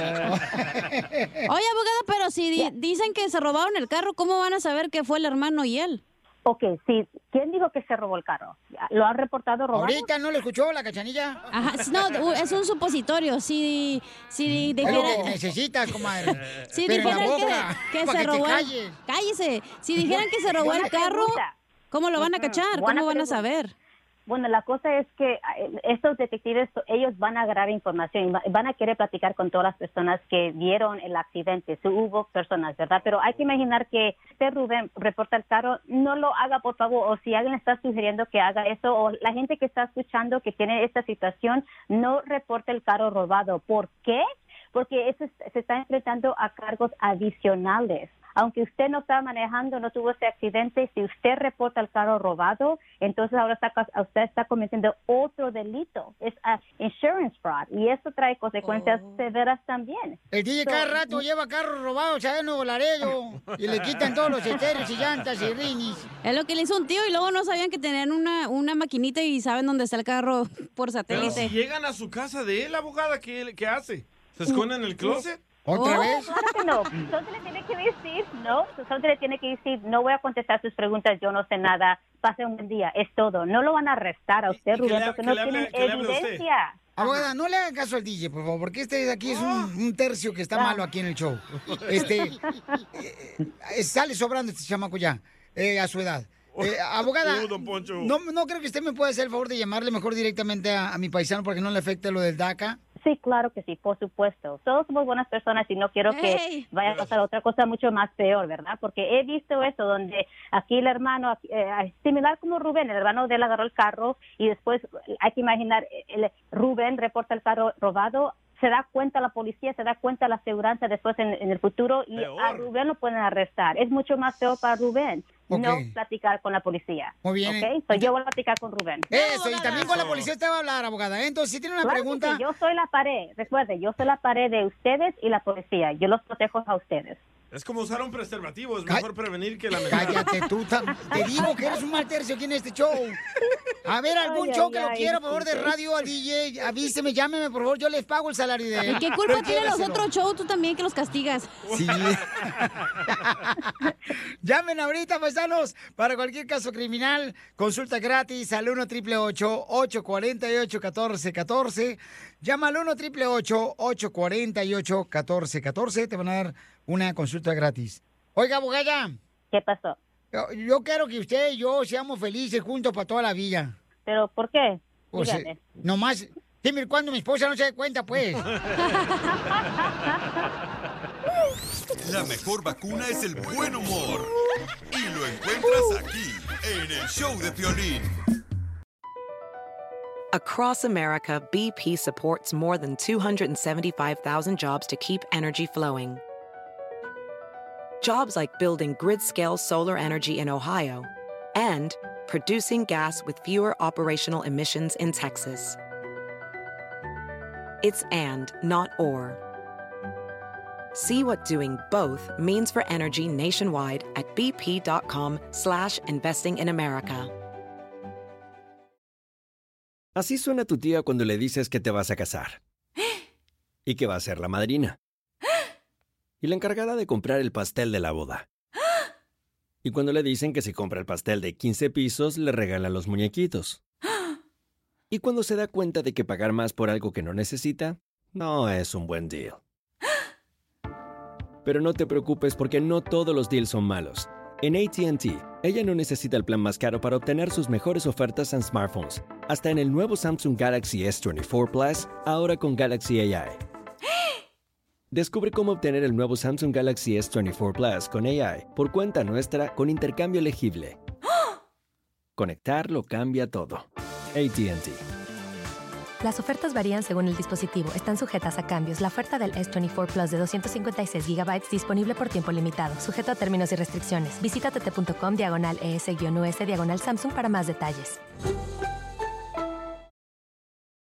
abogada, pero si di- dicen que se robaron el carro, ¿cómo van a saber que fue el hermano y él? Ok, sí. ¿Quién dijo que se robó el carro? ¿Lo han reportado robado? Ahorita no lo escuchó la Cachanilla. Ajá, no, es un supositorio. Si, si Es lo dijera... que necesitas, comadre. Si Pero en la dijeran boca, que, que pa' se que te robó el... calles. Cállese. Si dijeran que se robó Buena el carro, pregunta. ¿cómo lo van a Ujú, cachar? buena ¿Cómo van a pregunta. saber? Bueno, la cosa es que eh, estos detectives, ellos van a agarrar información y va- van a querer platicar con todas las personas que vieron el accidente. Sí, hubo personas, ¿verdad? Pero hay que imaginar que usted, Rubén, reporta el carro, no lo haga, por favor. O si alguien está sugiriendo que haga eso, o la gente que está escuchando que tiene esta situación, no reporte el carro robado. ¿Por qué? Porque eso es- se está enfrentando a cargos adicionales. Aunque usted no estaba manejando, no tuvo ese accidente, si usted reporta el carro robado, entonces ahora está, usted está cometiendo otro delito. Es uh, insurance fraud y eso trae consecuencias severas también. El D J So, cada rato lleva carros robados, ¿sabes? Nuevo Laredo. Y le quitan todos los estéreos y llantas y rinis. Es lo que le hizo un tío y luego no sabían que tenían una, una maquinita y saben dónde está el carro por Pero satélite. si llegan a su casa de él, abogada, ¿qué, qué hace? ¿Se esconde en el closet? ¿Otra Oh, vez? Claro que no. Entonces le tiene que decir, no, entonces le tiene que decir, no voy a contestar sus preguntas, yo no sé nada, pase un buen día, es todo. No lo van a arrestar a usted, Rubén, le- porque que no le hable- tienen que le hable a usted. evidencia. Abogada, no le hagan caso al D J, por favor, porque este de aquí es un, un tercio que está malo aquí en el show. Este, eh, eh, sale sobrando este chamaco ya, eh, a su edad. Eh, abogada, Uh, don Poncho. no, no creo que usted me pueda hacer el favor de llamarle mejor directamente a, a mi paisano para que no le afecte lo del D A C A. Sí, claro que sí, por supuesto. Todos somos buenas personas y no quiero que Hey. vaya a pasar otra cosa mucho más peor, ¿verdad? Porque he visto eso donde aquí el hermano, eh, similar como Rubén, el hermano de él agarró el carro y después hay que imaginar, el, Rubén reporta el carro robado, se da cuenta la policía, se da cuenta la aseguranza después en, en el futuro y Peor. a Rubén lo pueden arrestar. Es mucho más peor para Rubén Ok. no platicar con la policía. Muy bien. ¿Ok? So, yo voy a platicar con Rubén. Eso, y también con la policía usted va a hablar, abogada. ¿eh? Entonces, si tiene una Claro que pregunta... sí, yo soy la pared, recuerde, yo soy la pared de ustedes y la policía. Yo los protejo a ustedes. Es como usar un preservativo, es mejor prevenir que lamentar. Cállate tú, tam- te digo que eres un mal tercio aquí en este show. A ver, algún Ay, show ay, que lo ay, quiera, por favor, de sí. radio al D J, avíseme, llámeme, por favor, yo les pago el salario de él. ¿Y qué culpa Pero tienen los lléveselo. otros shows tú también que los castigas? Sí. Llamen ahorita, paisanos, para cualquier caso criminal. Consulta gratis al uno triple ocho, ocho cuatro ocho, uno cuatro uno cuatro. Llama al uno triple ocho, ocho cuatro ocho, uno cuatro uno cuatro. Te van a dar una consulta gratis. Oiga, abogada. ¿Qué pasó? Yo, yo quiero que usted y yo seamos felices juntos para toda la vida. ¿Pero por qué? O sea, Dígame. nomás, dime cuando mi esposa no se dé cuenta, pues. La mejor vacuna es el buen humor. Y lo encuentras aquí, en el show de Piolín. Across America, B P supports more than two hundred seventy-five thousand jobs to keep energy flowing. Jobs like building grid-scale solar energy in Ohio and producing gas with fewer operational emissions in Texas. It's and, not or. See what doing both means for energy nationwide at bp.com slash investing in America. Así suena tu tía cuando le dices que te vas a casar. Y que va a ser la madrina. Y la encargada de comprar el pastel de la boda. Y cuando le dicen que si compra el pastel de quince pisos, le regalan los muñequitos. Y cuando se da cuenta de que pagar más por algo que no necesita, no es un buen deal. Pero no te preocupes porque no todos los deals son malos. En A T and T, ella no necesita el plan más caro para obtener sus mejores ofertas en smartphones. Hasta en el nuevo Samsung Galaxy S veinticuatro Plus, ahora con Galaxy A I. Descubre cómo obtener el nuevo Samsung Galaxy S veinticuatro Plus con A I por cuenta nuestra con intercambio elegible. Conectar lo cambia todo. A T and T. Las ofertas varían según el dispositivo. Están sujetas a cambios. La oferta del S veinticuatro Plus de doscientos cincuenta y seis gigabytes disponible por tiempo limitado. Sujeto a términos y restricciones. Visita tt punto com diagonal es-us diagonal Samsung para más detalles.